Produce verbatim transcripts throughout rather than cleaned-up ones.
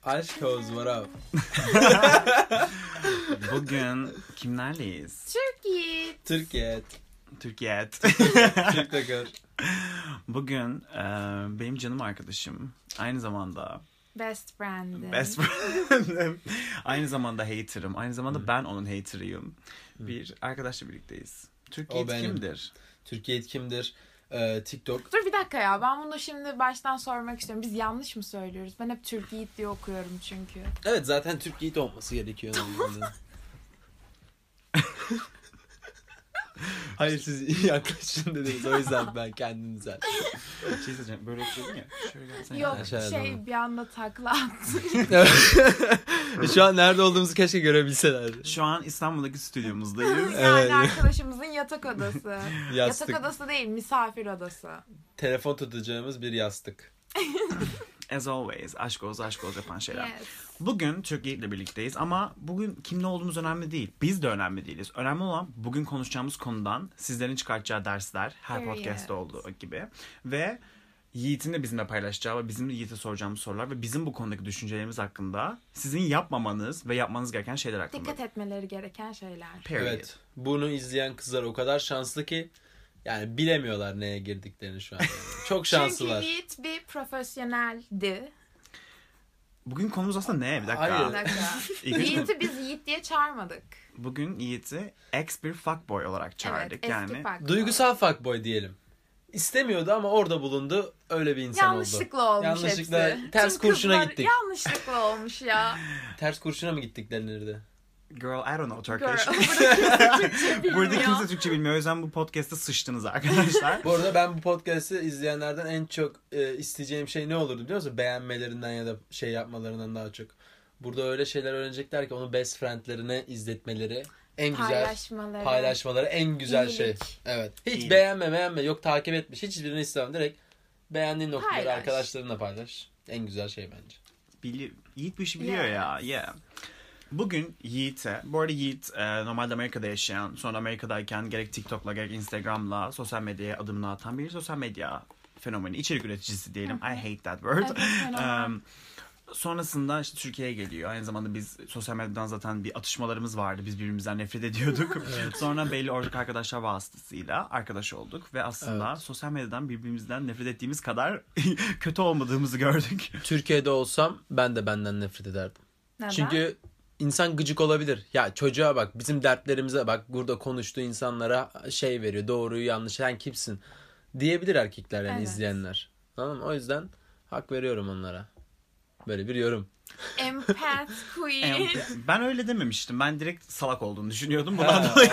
Aşk Oğuz, what up? Bugün kimlerleyiz? Türkiye. Türkiye. Türkiye. Türk takır. Bugün e, benim canım arkadaşım. Aynı zamanda Best friend'im. best friend'im. Aynı zamanda hater'ım. Aynı zamanda hmm. ben onun hater'ıyım. Bir arkadaşla birlikteyiz. Türkiye kimdir? Türkiye kimdir? Ee, TikTok. Dur bir dakika ya. Ben bunu şimdi baştan sormak istiyorum. Biz yanlış mı söylüyoruz? Ben hep Türkiye diye okuyorum çünkü. Evet, zaten Türkiye olması gerekiyor. Hayır, siz iyi yaklaşın dediniz. O yüzden ben kendim düzelttim. Bir şey söyleyeceğim. Böyle oturuyordun ya. Şöyle gelsene. Yok Aşağıya şey doğru. bir anda takla attı. Şu an nerede olduğumuzu keşke görebilselerdi. Şu an İstanbul'daki stüdyomuzdayız. Yani Evet. arkadaşımızın yatak odası. Yastık. Yatak odası değil, misafir odası. Telefon tutacağımız bir yastık. As always. Aşk Oğuz, aşk Oğuz yapan şeyler. Yes. Bugün Türkiye ile birlikteyiz ama bugün kimle olduğumuz önemli değil. Biz de önemli değiliz. Önemli olan bugün konuşacağımız konudan sizlerin çıkartacağı dersler, her Period. podcast'ta olduğu gibi. Ve Yiğit'in de bizimle paylaşacağı ve bizim de Yiğit'e soracağımız sorular ve bizim bu konudaki düşüncelerimiz hakkında, sizin yapmamanız ve yapmanız gereken şeyler hakkında. Dikkat etmeleri gereken şeyler. Period. Evet. Bunu izleyen kızlar o kadar şanslı ki yani bilemiyorlar neye girdiklerini şu an. Yani. Çok şanslılar. Çünkü Yiğit bir profesyoneldi. Bugün konumuz aslında ne? Bir dakika. Hayır. Bir dakika. İlk önce- Yiğit'i biz Yiğit diye çağırmadık. Bugün Yiğit'i ex bir fuckboy olarak çağırdık. Evet, eski yani fuckboy. Duygusal fuckboy diyelim. İstemiyordu ama orada bulundu. Öyle bir insan Yanlışlıkla oldu. olmuş Yanlışlıkla hepsi. ters Tüm kurşuna kızlar gittik. Yanlışlıkla olmuş ya. Ters kurşuna mı gittik denirdi? girl I don't know Turkish. Girl. Burada kimse Türkçe bilmiyor. Burada kimse Türkçe bilmiyor. O yüzden bu podcast'ta sıçtınız arkadaşlar. Bu arada ben bu podcast'ı izleyenlerden en çok e, isteyeceğim şey ne olurdu biliyor musun? Beğenmelerinden ya da şey yapmalarından daha çok. Burada öyle şeyler öğrenecekler ki onu best friendlerine izletmeleri en güzel Paylaşmaları. paylaşmaları en güzel İyilik. şey. Evet. Hiç İyilik. beğenme beğenme yok takip etmiş. Hiçbirini istemem. Direkt beğendiğin noktaları Paylaş. arkadaşlarınla paylaş. En güzel şey bence. Bili Yiğit bu işi biliyor Yeah. ya. Yeah. Bugün Yiğit'e, bu arada Yiğit e, normalde Amerika'da yaşayan, sonra Amerika'dayken gerek TikTok'la gerek Instagram'la sosyal medyaya adımını atan bir sosyal medya fenomeni, içerik üreticisi diyelim. I hate that word. Evet, fenomen. um, sonrasında işte Türkiye'ye geliyor. Aynı zamanda biz sosyal medyadan zaten bir atışmalarımız vardı. Biz birbirimizden nefret ediyorduk. Sonra belli ortak arkadaşlar vasıtasıyla arkadaş olduk. Ve aslında Evet. sosyal medyadan birbirimizden nefret ettiğimiz kadar kötü olmadığımızı gördük. Türkiye'de olsam ben de benden nefret ederdim. Neden? Çünkü insan gıcık olabilir. Ya çocuğa bak, bizim dertlerimize bak, burada konuştuğu insanlara şey veriyor. Doğruyu yanlış, sen kimsin diyebilir erkekler yani, Evet. izleyenler. Tamam mı? O yüzden hak veriyorum onlara. Böyle bir yorum. Empath queen. Ben öyle dememiştim. Ben direkt salak olduğunu düşünüyordum. Bundan dolayı.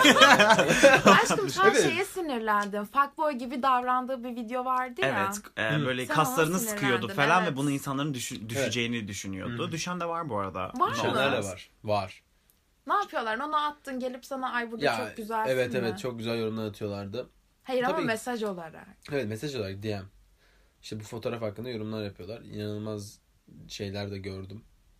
Aşkım sen Evet. şeye sinirlendin. Fuckboy gibi davrandığı bir video vardı ya. Evet. e, böyle Sen kaslarını ona sıkıyordu sinirlendin, falan evet. ve bunu insanların düşü- düşeceğini düşünüyordu. Hı. Düşen de var bu arada. Var mı? Düşenler de var. Var. Ne yapıyorlar? Onu attın gelip sana ay burada Ya, çok güzelsin evet mi? evet çok güzel yorumlar atıyorlardı. Hayır ama Tabii. mesaj olarak. Evet, mesaj olarak D M. İşte bu fotoğraf hakkında yorumlar yapıyorlar. İnanılmaz şeyler de gördüm.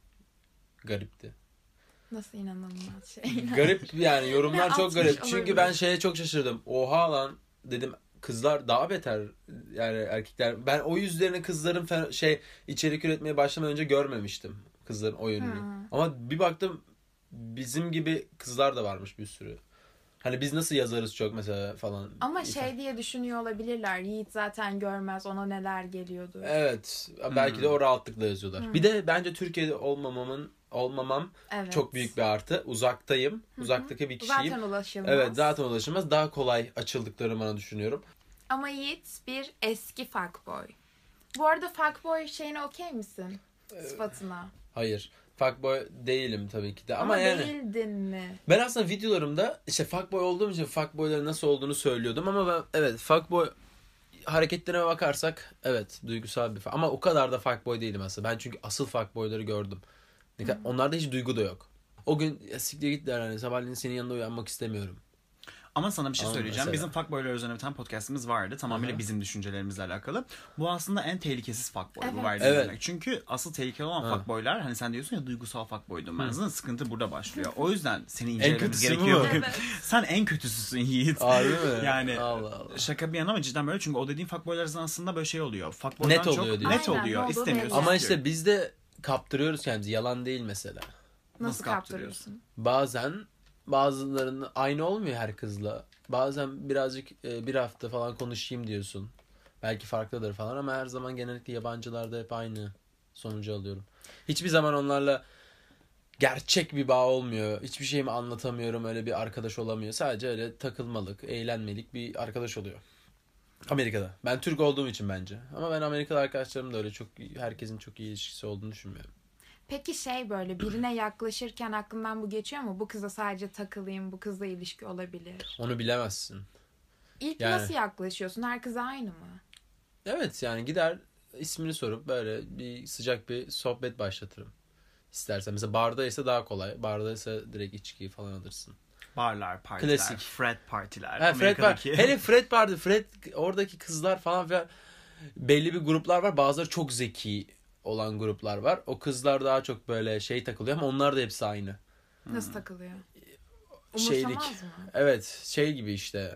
Garipti. Nasıl inanılmaz şey. Garip yani, yorumlar çok Atmış garip. Çünkü olabilir. ben şeye çok şaşırdım. Oha lan dedim, kızlar daha beter yani erkekler. Ben o yüzlerini kızların fe- şey içerik üretmeye başlamadan önce görmemiştim, kızların o yönünü. Hı. Ama bir baktım bizim gibi kızlar da varmış bir sürü. Hani biz nasıl yazarız çok mesela falan. Ama şey diye düşünüyor olabilirler. Yiğit zaten görmez, ona neler geliyordu. Evet, belki de o rahatlıkla yazıyorlar. Hmm. Bir de bence Türkiye'de olmamamın olmamam Evet. çok büyük bir artı. Uzaktayım. Uzaktaki bir kişiyim. Zaten ulaşılmaz. Evet, zaten ulaşılmaz. Daha kolay açıldıklarını bana düşünüyorum. Ama Yiğit bir eski fuckboy. Bu arada fuckboy şeyine okey misin? Sıfatına. Hayır. Fuckboy değilim tabii ki de. Ama, Ama, yani değildin mi? ben aslında videolarımda işte fuckboy olduğum için fuckboyların nasıl olduğunu söylüyordum ama ben evet fuckboy hareketlerime bakarsak evet duygusal bir fuck. Ama o kadar da fuckboy değilim aslında. Ben çünkü asıl fuckboyları gördüm. Ne kadar, onlarda hiç duygu da yok. O gün ya siktir git der hani, sabahleyin senin yanında uyanmak istemiyorum. Ama sana bir şey Ama söyleyeceğim. mesela. Bizim fuckboylar üzerine bir tane podcastımız vardı. Tamamıyla Aha. bizim düşüncelerimizle alakalı. Bu aslında en tehlikesiz fuckboy. Evet. Bu verdiğin Evet. örnek. Çünkü asıl tehlikeli olan Ha. fuckboylar, hani sen diyorsun ya duygusal fuckboydum ben. Hı. Zaten sıkıntı burada başlıyor. O yüzden seni incelememiz kötüsü bu gerekiyor. mu? Evet. Sen en kötüsüsün Yiğit. Harbi mi? Yani Allah Allah. şaka bir yana ama cidden böyle, çünkü o dediğin fuckboylar aslında böyle şey oluyor. Fuckboy'dan Net çok oluyor diyor. net Aynen, oluyor. ne olduğu İstemiyorsun. belli. Ama işte bizde kaptırıyoruz kendimizi. Yalan değil mesela. Nasıl, Nasıl kaptırıyorsun? Bazen bazılarının aynı olmuyor her kızla. Bazen birazcık e, bir hafta falan konuşayım diyorsun. Belki farklıdır falan ama her zaman genellikle yabancılarda hep aynı sonucu alıyorum. Hiçbir zaman onlarla gerçek bir bağ olmuyor. Hiçbir şeyimi anlatamıyorum. Öyle bir arkadaş olamıyor. Sadece öyle takılmalık, eğlenmelik bir arkadaş oluyor. Amerika'da. Ben Türk olduğum için bence. Ama ben Amerikalı arkadaşlarım da öyle çok herkesin çok iyi ilişkisi olduğunu düşünmüyorum. Peki şey böyle birine yaklaşırken aklından bu geçiyor mu? Bu kıza sadece takılayım, bu kızla ilişki olabilir. Onu bilemezsin. İlk Yani- nasıl yaklaşıyorsun? Her kıza aynı mı? Evet yani gider ismini sorup böyle bir sıcak bir sohbet başlatırım. İstersen mesela bardaysa daha kolay. Bardaysa direkt içki falan alırsın. Barlar, partiler, Klasik. frat partiler. Ha, Fred var. Amerika'daki- Hele Fred vardı. Fred oradaki kızlar falan filan belli bir gruplar var. Bazıları çok zeki olan gruplar var. O kızlar daha çok böyle şey takılıyor ama onlar da hepsi aynı. Nasıl takılıyor? Şeylik. Umursamaz mı? Evet, şey gibi işte.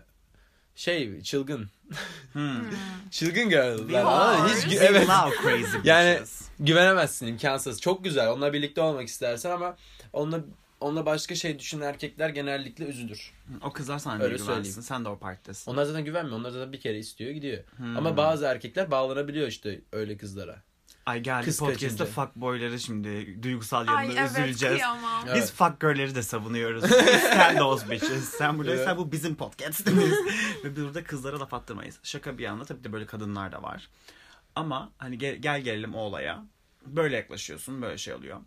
Şey çılgın. Hmm. Çılgın girl. We Ama hiç Hiç gü- We evet. love crazy Yani- bitches. Güvenemezsin, imkansız. Çok güzel. Onunla birlikte olmak istersen ama onunla onunla başka şey düşünen erkekler genellikle üzülür. O kızlar sana Öyle niye güvensin? söyleyeyim. Sen de o partidesin. Onlar zaten güvenmiyor. Onlar zaten bir kere istiyor, gidiyor. Hmm. Ama bazı erkekler bağlanabiliyor işte öyle kızlara. Ay geldi Kız podcast'ta kaçınca. fuckboyları şimdi duygusal Ay yanına evet üzüleceğiz. kıyamam. Evet. Biz fuck girl'leri de savunuyoruz. Sen those bitches. Sen buradaysan Evet. bu bizim podcast'imiz. Ve burada kızlara laf attırmayız. Şaka bir yana tabii de böyle kadınlar da var. Ama hani gel, gel gelelim o olaya. Böyle yaklaşıyorsun, böyle şey oluyor.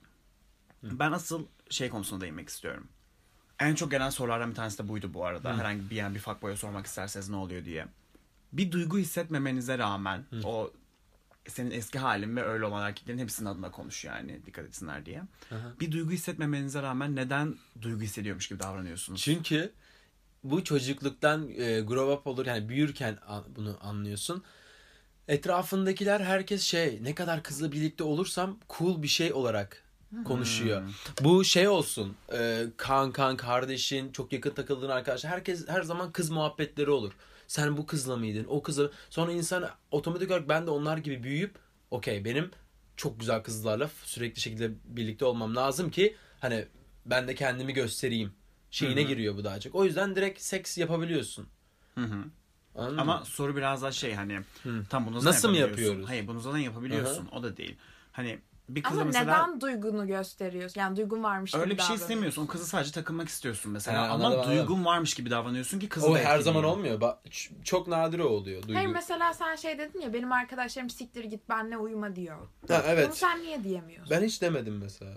Ben asıl şey konusuna değinmek istiyorum. En çok gelen sorulardan bir tanesi de buydu bu arada. Herhangi bir yani bir fuckboy'a sormak isterseniz ne oluyor diye. Bir duygu hissetmemenize rağmen o senin eski halin ve öyle olan erkeklerin hepsinin adına konuş yani dikkat etsinler diye. Aha. Bir duygu hissetmemenize rağmen neden duygu hissediyormuş gibi davranıyorsunuz? Çünkü bu çocukluktan e, grow up olur yani büyürken an- bunu anlıyorsun. Etrafındakiler herkes şey ne kadar kızla birlikte olursam cool bir şey olarak konuşuyor. Bu şey olsun e, kan kan kardeşin çok yakın takıldığın arkadaşlar herkes her zaman kız muhabbetleri olur. Sen bu kızla mıydın? O kızla sonra insan otomatik olarak ben de onlar gibi büyüyüp okey benim çok güzel kızlarla sürekli şekilde birlikte olmam lazım ki hani ben de kendimi göstereyim. Şeyine Hı hı. giriyor bu daha çok. O yüzden direkt seks yapabiliyorsun. Hı hı. Anladın Ama mı? soru biraz daha şey hani Hı. tam bunu zaten Nasıl mı yapabiliyorsun. yapıyoruz? Hayır bunu zaten yapabiliyorsun. O da değil. Hani bir kızla Ama mesela neden duygunu gösteriyorsun? Yani duygun varmış gibi öyle bir şey davranıyorsun. istemiyorsun. O kızı sadece takılmak istiyorsun mesela. Ha, Ama anladım, anladım. duygun varmış gibi davranıyorsun ki kızı O da her zaman etkileyeyim. olmuyor. Ba- ç- Çok nadir o oluyor. Duygu. Hayır mesela sen şey dedin ya benim arkadaşlarım siktir git benle uyuma diyor. Ha, Bunu evet. sen niye diyemiyorsun? Ben hiç demedim mesela.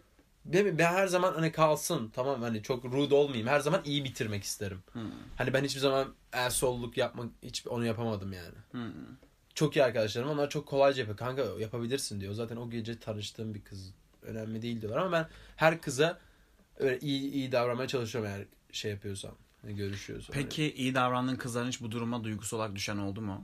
Ben, ben her zaman hani kalsın tamam hani çok rude olmayayım. Her zaman iyi bitirmek isterim. Hmm. Hani ben hiçbir zaman ersolluk yapmak hiç onu yapamadım yani. Hmm. Çok iyi arkadaşlarım onlar çok kolayca yapıyor. Kanka yapabilirsin diyor. Zaten o gece tanıştığım bir kız. Önemli değil diyorlar ama ben her kıza öyle iyi iyi davranmaya çalışıyorum eğer şey yapıyorsam. Hani görüşüyorsam. Peki iyi davrandığın kızların hiç bu duruma duygusal olarak düşen oldu mu?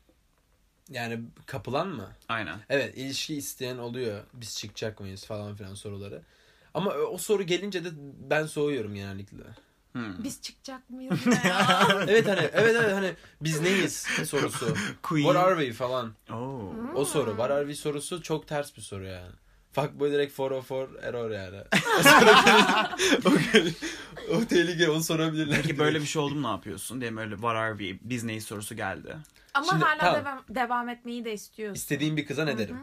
Yani kapılan mı? Aynen. Evet ilişki isteyen oluyor. Biz çıkacak mıyız falan filan soruları. Ama o soru gelince de ben soğuyorum genellikle. Hmm. Biz çıkacak mıyız ne ya? Evet hani evet evet hani biz neyiz sorusu. Queen. What are we falan. Oo. O soru. What are we sorusu çok ters bir soru yani. Fuckboy direkt four oh four error yani. O soru gelince- o, gelince- o tehlike onu sorabilirler. Peki böyle bir şey oldu mu ne yapıyorsun? Diyelim öyle what are we? Biz neyiz sorusu geldi. Ama Şimdi, hala tamam. devam, devam etmeyi de istiyorsun. İstediğim bir kıza ne Hı hı. derim?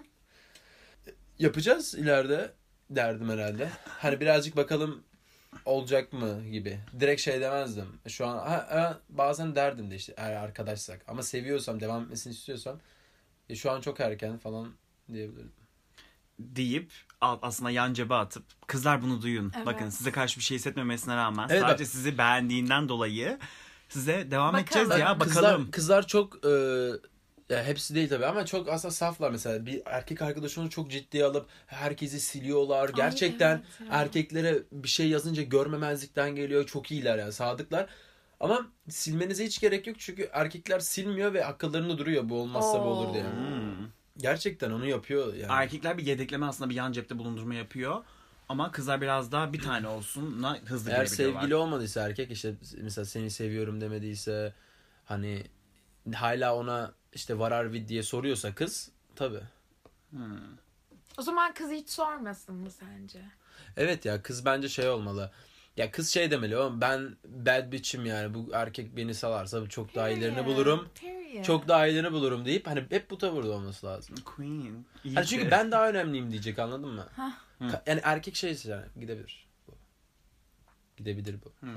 Yapacağız ileride derdim herhalde. Hani birazcık bakalım olacak mı gibi. Direkt şey demezdim. Şu an ha, ha, bazen derdim de işte eğer arkadaşsak. Ama seviyorsam devam etmesini istiyorsam e, şu an çok erken falan diyebilirim. Deyip al- aslında yan cebe atıp kızlar bunu duyun. Evet. Bakın size karşı bir şey hissetmemesine rağmen Evet, sadece bak- sizi beğendiğinden dolayı size devam Bakalım. edeceğiz ya Kızlar, bakalım. kızlar çok e, ya hepsi değil tabii ama çok aslında saflar mesela. Bir erkek arkadaşını çok ciddiye alıp herkesi siliyorlar. Gerçekten evet ya. erkeklere bir şey yazınca görmemezlikten geliyor. Çok iyiler yani sadıklar. Ama silmenize hiç gerek yok çünkü erkekler silmiyor ve akıllarında duruyor bu olmazsa bu olur diye. Hmm. Gerçekten onu yapıyor yani. Erkekler bir yedekleme aslında bir yan cepte bulundurma yapıyor. Ama kızlar biraz daha bir tane olsun hızlı Eğer girebiliyorlar. sevgili olmadıysa erkek işte mesela seni seviyorum demediyse hani hala ona işte what are we diye soruyorsa kız tabii. Hmm. O zaman kız hiç sormasın mı sence? Evet ya, kız bence şey olmalı. Ya kız şey demeli, oğlum ben bad bitch'im yani, bu erkek beni salarsa çok daha iyilerini bulurum. Period. Çok daha iyilerini bulurum deyip hani hep bu tavırda olması lazım. Queen. İyi Hani çünkü ki. ben daha önemliyim diyecek, anladın mı? Hah. Ka- Yani erkek şeyse yani gidebilir. Bu. Gidebilir bu. Hmm.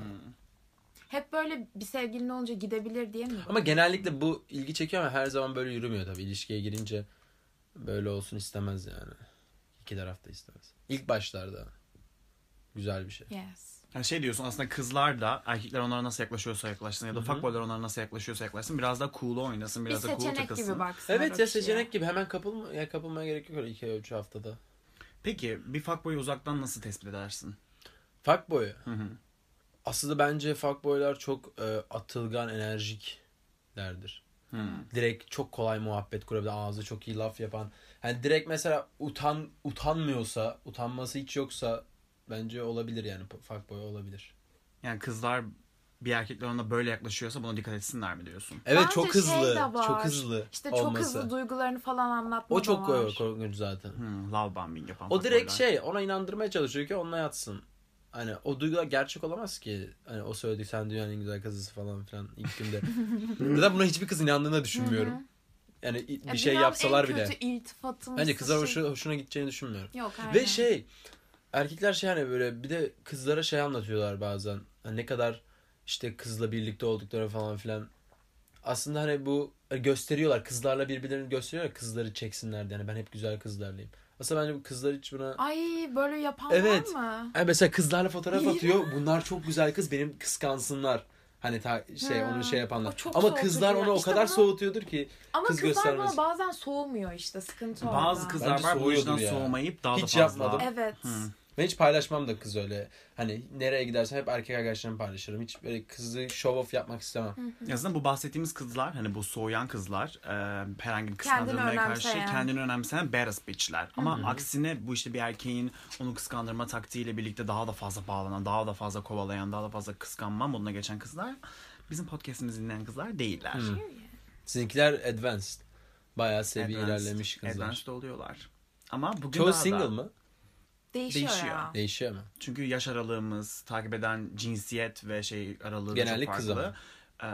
Hep böyle bir sevgilin olunca gidebilir diye mi? Ama genellikle bu ilgi çekiyor ama her zaman böyle yürümüyor tabii. İlişkiye girince böyle olsun istemez yani. İki taraf da istemez. İlk başlarda güzel bir şey. Yes. Yani şey diyorsun, aslında kızlar da erkekler onlara nasıl yaklaşıyorsa yaklaşsın ya da Hı hı. fuckboylar onlara nasıl yaklaşıyorsa yaklaşsın, biraz da cool oynasın, Bir biraz da cool seçenek takılsın. gibi baksın. Evet ya, seçenek gibi hemen kapılma, ya kapılmaya gerek yok öyle iki üç haftada. Peki bir fuckboyu uzaktan nasıl tespit edersin? Fuckboy. Hı hı. Aslında bence fuckboylar çok e, atılgan, enerjiklerdir. Hı. Direkt çok kolay muhabbet kurabilir. Ağzı çok iyi laf yapan. Yani direkt mesela utan utanmıyorsa, utanması hiç yoksa bence olabilir yani. Fuckboy olabilir. Yani kızlar bir erkekler ona böyle yaklaşıyorsa buna dikkat etsinler mi diyorsun? Evet, Bence çok şey hızlı. de var. Çok hızlı İşte çok olması. hızlı duygularını falan anlatma O da çok var. korkunç zaten. Hı, love bombing yapan O direkt fuckboylar. şey, ona inandırmaya çalışıyor ki onunla yatsın. Hani o duygular gerçek olamaz ki. Hani o söyledi, sen dünyanın en güzel kızısı falan filan ilk günde. Neden buna hiçbir kız inandığını düşünmüyorum. Hı hı. Yani bir Ya şey dünyanın yapsalar en bile. kötü iltifatımız Bence kızlar şey- hoşuna, hoşuna gideceğini düşünmüyorum. Yok, aynen. Ve şey, erkekler şey hani böyle bir de kızlara şey anlatıyorlar bazen. Hani ne kadar işte kızla birlikte oldukları falan filan. Aslında hani bu gösteriyorlar. Kızlarla birbirlerini gösteriyorlar. Kızları çeksinler diye. Yani ben hep güzel kızlarlayım. Aslında bence bu kızlar hiç buna... Ay, böyle yapan Evet. var mı? Yani mesela kızlarla fotoğraf İğrenç. atıyor. Bunlar çok güzel kız, benim kıskansınlar. Hani ta, şey Ha, onu şey yapanlar. o çok Ama soğutucu kızlar ya. onu o İşte kadar bunu- soğutuyordur ki Ama kız kızlar göstermesi. bana bazen soğumuyor işte. Sıkıntı orada. Bazı kızlar Bence var bu soğuyordur yüzden ya. soğumayıp daha Hiç da fazla. yapmadım. Evet. Hı. Ben hiç paylaşmam da kız öyle. Hani nereye gidersem hep erkek arkadaşlarımı paylaşırım. Hiç böyle kızı show off yapmak istemem. Aslında bu bahsettiğimiz kızlar, hani bu soğuyan kızlar, e, herhangi bir Kendini kıskandırmaya karşı önemseyen. kendini önemseyen badass bitchler. Ama aksine bu işte bir erkeğin onu kıskandırma taktiğiyle birlikte daha da fazla bağlanan, daha da fazla kovalayan, daha da fazla kıskanma moduna geçen kızlar bizim podcast'imizi dinleyen kızlar değiller. Hı. Sizinkiler advanced. Bayağı seviye Advanced- ilerlemiş kızlar. Advanced oluyorlar. Ama bugün Çoğu daha single da, mı? Değişiyor, Değişiyor. ya. Değişiyor mu? çünkü yaş aralığımız, takip eden cinsiyet ve şey aralığı da Genellik çok kız farklı. Ee,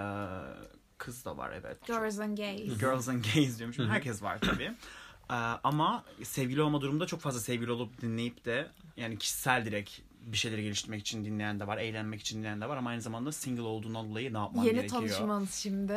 kız da var, evet. Girls and gays. Girls and gays diyormuşum. Herkes var tabii. Ee, ama sevgili olma durumunda çok fazla sevgili olup dinleyip de yani kişisel direkt bir şeyleri geliştirmek için dinleyen de var, eğlenmek için dinleyen de var ama aynı zamanda single olduğundan dolayı ne yapman Yeni gerekiyor? tanışmanız şimdi.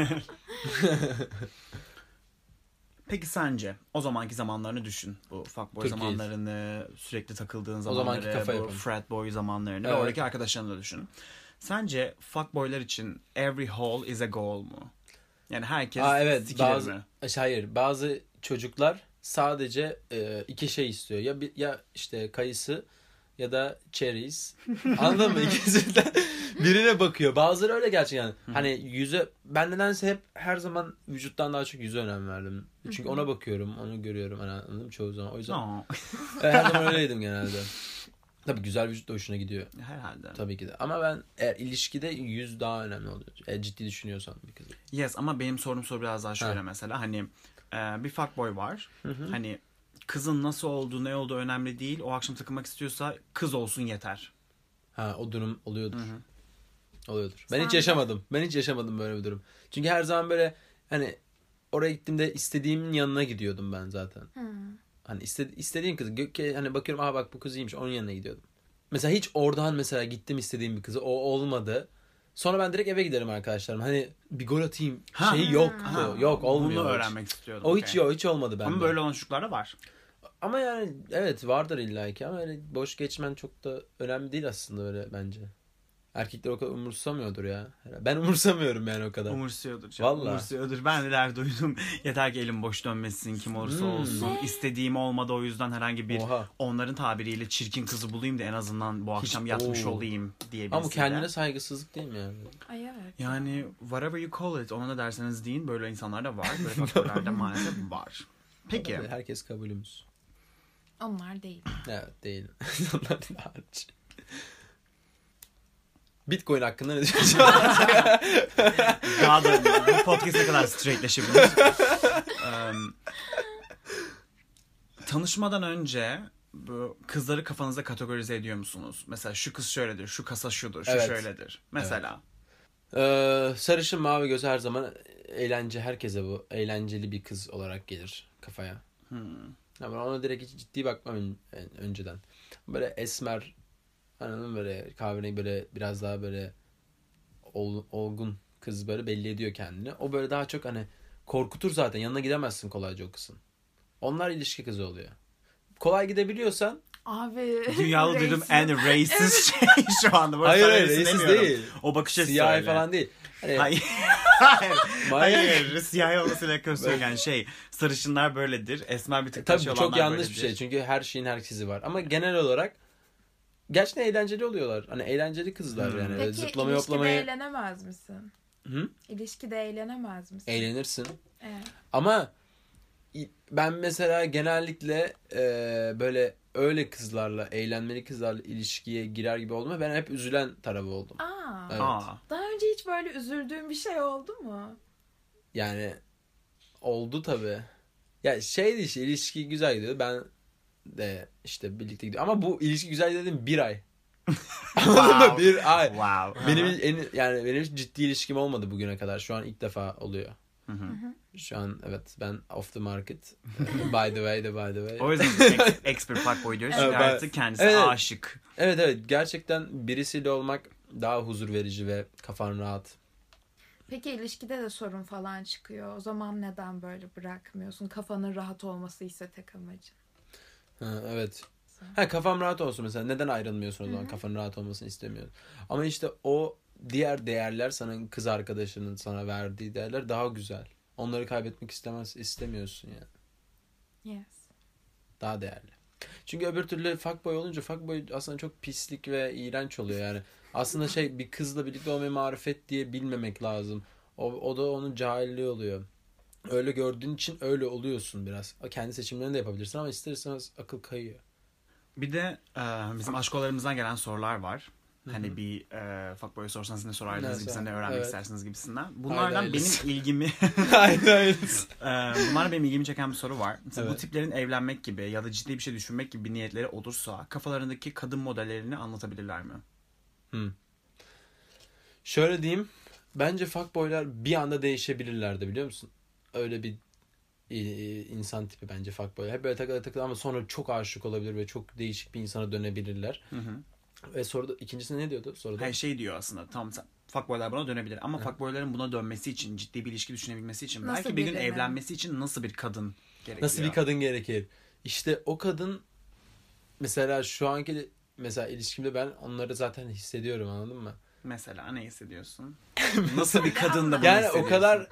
Peki sence o zamanki zamanlarını düşün. Bu fuckboy Türkiye'yiz. zamanlarını, sürekli takıldığın zamanki zamanları, kafa bu yapın. frat boy zamanlarını ve Evet. oradaki arkadaşlarını da düşün. Sence fuckboylar için every hole is a goal mu? Yani herkes Aa, evet. sikilir Bazı, mi? hayır. Bazı çocuklar sadece e, iki şey istiyor. Ya bir- ya işte kayısı ya da cherries. Anladın mı? İkisinden birine bakıyor. Bazıları öyle gerçekten. Hani yüze, ben nedense hep her zaman vücuttan daha çok yüze önem verdim. Çünkü ona bakıyorum, onu görüyorum. Hani anladın mı? Çoğu zaman. O yüzden Aa, her zaman öyleydim genelde. Tabii güzel vücut da hoşuna gidiyor. herhalde. Tabii ki de. Ama ben eğer ilişkide yüz daha önemli oluyor. Eğer ciddi düşünüyorsan bir kızı. Yes, ama benim sorum soru biraz daha şöyle Ha. mesela hani e, bir fuckboy var. Hani kızın nasıl olduğu, ne olduğu önemli değil. O akşam takılmak istiyorsa kız olsun yeter. Ha, o durum oluyordur. Hı hı. Oluyordur. Ben Sen hiç de- yaşamadım. Ben hiç yaşamadım böyle bir durum. Çünkü her zaman böyle hani oraya gittiğimde istediğimin yanına gidiyordum ben zaten. Hmm. Hani istedi, istediğim kızı gö- hani bakıyorum, aha bak bu kız iyiymiş, onun yanına gidiyordum. Mesela hiç oradan mesela gittim istediğim bir kızı, o olmadı. Sonra ben direkt eve giderim arkadaşlarım. Hani bir gol atayım Ha. şeyi yoktu. Ha, Yok, olmuyor. Bunu hiç. öğrenmek istiyordum. O okey. hiç yok, hiç olmadı bende. Ama böyle olan çocuklar da var. Ama yani evet vardır illaki ama öyle boş geçmen çok da önemli değil aslında öyle bence. Erkekler o kadar umursamıyordur ya. Ben umursamıyorum yani o kadar. Umursuyordur canım. Vallahi. Umursuyordur. Ben neler duydum. Yeter ki elim boş dönmesin, kim olursa Hmm. olsun. Ne? İstediğim olmadı, o yüzden herhangi bir Oha. onların tabiriyle çirkin kızı bulayım da en azından bu akşam yatmış Oo. olayım diye Ama bu birisiyle. kendine saygısızlık değil mi yani? Ay evet. Yani whatever you call it, ona ne derseniz deyin, böyle insanlar da var. Böyle faktörler de maalesef var. Peki. Herkes kabulümüz. Onlar değil. Evet değil. Onlar da hariç. Bitcoin hakkında ne düşünüyorsun? Daha da bu podcast ne kadar straightleşebilir. um, tanışmadan önce bu kızları kafanızda kategorize ediyor musunuz? Mesela şu kız şöyledir, şu kasa şudur, şu Evet. şöyledir. Mesela. Ee, sarışın mavi göz her zaman eğlence, herkese bu eğlenceli bir kız olarak gelir kafaya. Hmm. Ama ben ona direkt hiç ciddi bakmam ön- ön- önceden. Böyle esmer, anladın mı, böyle kahverengi, böyle biraz daha böyle ol- olgun kız böyle belli ediyor kendini. O böyle daha çok hani korkutur zaten. Yanına gidemezsin kolayca o kızın. Onlar ilişki kızı oluyor. Kolay gidebiliyorsan Abi. Dünyalı duydum racist. en racist şey şu anda. Burası hayır hayır racist racist demiyorum. değil. O bakış açısı Siyahi öyle. falan değil. Hani, Hayır. Hayır. Manyak. Hayır. Siyahi olmasıyla alakalı söyleyen şey. Sarışınlar böyledir. Esmer bir tık Tabii taşı bu olanlar çok yanlış böyledir. bir şey. Çünkü her şeyin herkesi var. Ama genel olarak gerçekten eğlenceli oluyorlar. Hani eğlenceli kızlar Hmm. yani. Öyle Peki zıplama ilişkide yoplamayı eğlenemez misin? Hı? İlişkide eğlenemez misin? Eğlenirsin. Evet. Ama ben mesela genellikle e, böyle öyle kızlarla, eğlenmeli kızlarla ilişkiye girer gibi oldum. Ben hep üzülen tarafı oldum. Aa, Evet. Aa. daha önce hiç böyle üzüldüğün bir şey oldu mu? Yani oldu tabii. Ya şeydi işte, ilişki güzel gidiyordu. Ben de işte birlikte gidiyor. Ama bu ilişki güzel dedim bir ay. Anladın mı? Bir ay. Wow. Benim en yani benim hiç ciddi ilişkim olmadı bugüne kadar. Şu an ilk defa oluyor. Hı hı. Şu an evet ben off the market. By the way de by the way. O yüzden ex, expert fuckboy diyoruz. Çünkü Evet, ben- artık kendisi Evet. aşık. Evet evet, gerçekten birisiyle olmak daha huzur verici ve kafan rahat. Peki ilişkide de sorun falan çıkıyor. O zaman neden böyle bırakmıyorsun? Kafanın rahat olması ise tek amacın. Ha, evet. Ha, kafam rahat olsun mesela. Neden ayrılmıyorsun o zaman? Hı hı. Kafanın rahat olmasını istemiyorsun. Ama işte o diğer değerler, sana kız arkadaşının sana verdiği değerler daha güzel. Onları kaybetmek istemez istemiyorsun yani. Yes. Daha değerli. Çünkü öbür türlü fuckboy olunca fuckboy aslında çok pislik ve iğrenç oluyor yani. Aslında şey, bir kızla birlikte olmayı marifet diye bilmemek lazım. O, o da onun cahilliği oluyor. Öyle gördüğün için öyle oluyorsun biraz. Kendi seçimlerini de yapabilirsin ama ister istemez akıl kayıyor. Bir de e, bizim aşkolarımızdan gelen sorular var. Hani bir e, fuckboy'a sorsanız ne sorardınız Neyse, gibisinden, ne öğrenmek evet. istersiniz gibisinden. Bunlardan Haydi benim hayırlısı. ilgimi Aynen öyle. e, bunlardan benim ilgimi çeken bir soru var. Mesela bu Evet. tiplerin evlenmek gibi ya da ciddi bir şey düşünmek gibi bir niyetleri olursa kafalarındaki kadın modellerini anlatabilirler mi? Şöyle diyeyim. Bence fuckboylar bir anda değişebilirlerdi, biliyor musun? Öyle bir e, insan tipi bence fuckboy. Hep böyle takılı takılı ama sonra çok aşık olabilir ve çok değişik bir insana dönebilirler. Hı hı. Ve soruda ikincisinde ne diyordu? Soruda. Her şey diyor aslında. Tamam, sen- fuckboylar buna dönebilir ama Hı. fuckboyların buna dönmesi için, ciddi bir ilişki düşünebilmesi için, Nasıl belki bir gün birini? evlenmesi için nasıl bir kadın gerekiyor? Nasıl bir kadın gerekir? İşte o kadın, mesela şu anki mesela ilişkimde ben onları zaten hissediyorum, anladın mı? Mesela ne hissediyorsun? Nasıl bir kadın da bunu Yani o hissediyorsun? kadar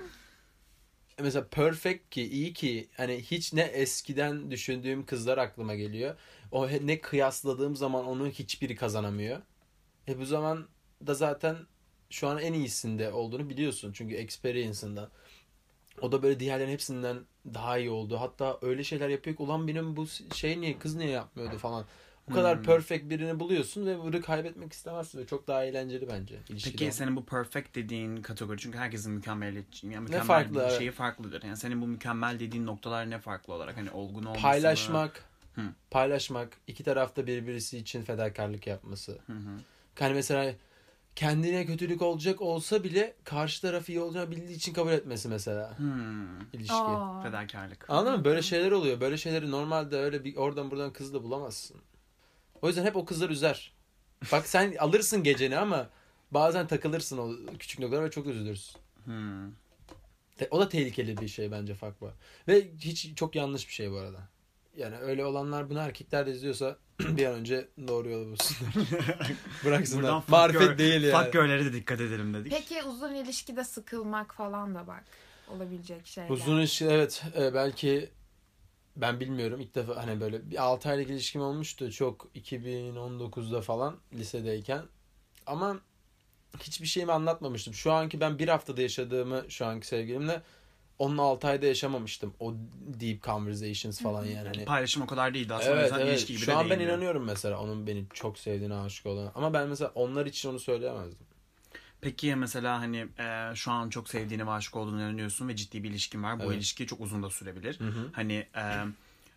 mesela perfect ki, iyi ki, hani hiç ne eskiden düşündüğüm kızlar aklıma geliyor. O he- ne kıyasladığım zaman onu hiçbiri kazanamıyor. E bu zaman da zaten şu an en iyisinde olduğunu biliyorsun. Çünkü experience'ından. O da böyle diğerlerin hepsinden daha iyi oldu. Hatta öyle şeyler yapıyor ki, ulan benim bu şey niye, kız niye yapmıyordu falan. O kadar Hmm. perfect birini buluyorsun ve bunu kaybetmek istemezsin ve çok daha eğlenceli bence ilişkide. Peki senin bu perfect dediğin kategori, çünkü herkesin mükemmel, yani mükemmel farklı, bir evet. şeyi farklıdır. Yani senin bu mükemmel dediğin noktalar ne farklı olarak? Hani olgun olması mı? Paylaşmak, Hı. paylaşmak, iki tarafta birbirisi için fedakarlık yapması. Hı hı. Yani mesela kendine kötülük olacak olsa bile karşı tarafı iyi olacağını bildiği için kabul etmesi mesela Hmm. ilişki. Aa. Fedakarlık. Anladın mı? Böyle şeyler oluyor. Böyle şeyleri normalde öyle bir oradan buradan kızla bulamazsın. O yüzden hep o kızlar üzer. Bak sen alırsın geceni ama bazen takılırsın o küçük noktalara ve çok üzülürsün. Hmm. Te- O da tehlikeli bir şey bence fuckboy. Ve hiç çok yanlış bir şey bu arada. Yani öyle olanlar, bunu erkekler de izliyorsa bir an önce doğru yolu bulsunlar. Bıraksınlar. Buradan fuck Marifet girl- değil yani. Fuck girl'lere de dikkat edelim dedik. Peki uzun ilişkide sıkılmak falan da bak olabilecek şeyler. Uzun ilişki, evet, e, belki ben bilmiyorum, ilk defa hani böyle bir altı aylık ilişkim olmuştu çok, iki bin on dokuzda falan, lisedeyken, ama hiçbir şeyimi anlatmamıştım. Şu anki ben bir haftada yaşadığımı şu anki sevgilimle onun altı ayda yaşamamıştım. O deep conversations falan yani. Hani, Paylaşım o kadar değildi aslında. O evet yüzden evet. ilişki gibi de Şu an ben değildi. inanıyorum mesela onun beni çok sevdiğine, aşık olduğuna. Ama ben mesela onlar için onu söyleyemezdim. Peki ya mesela hani e, şu an çok sevdiğine ve aşık olduğunu inanıyorsun ve ciddi bir ilişkin var. Bu Evet. ilişki çok uzun da sürebilir. Hı hı. Hani e,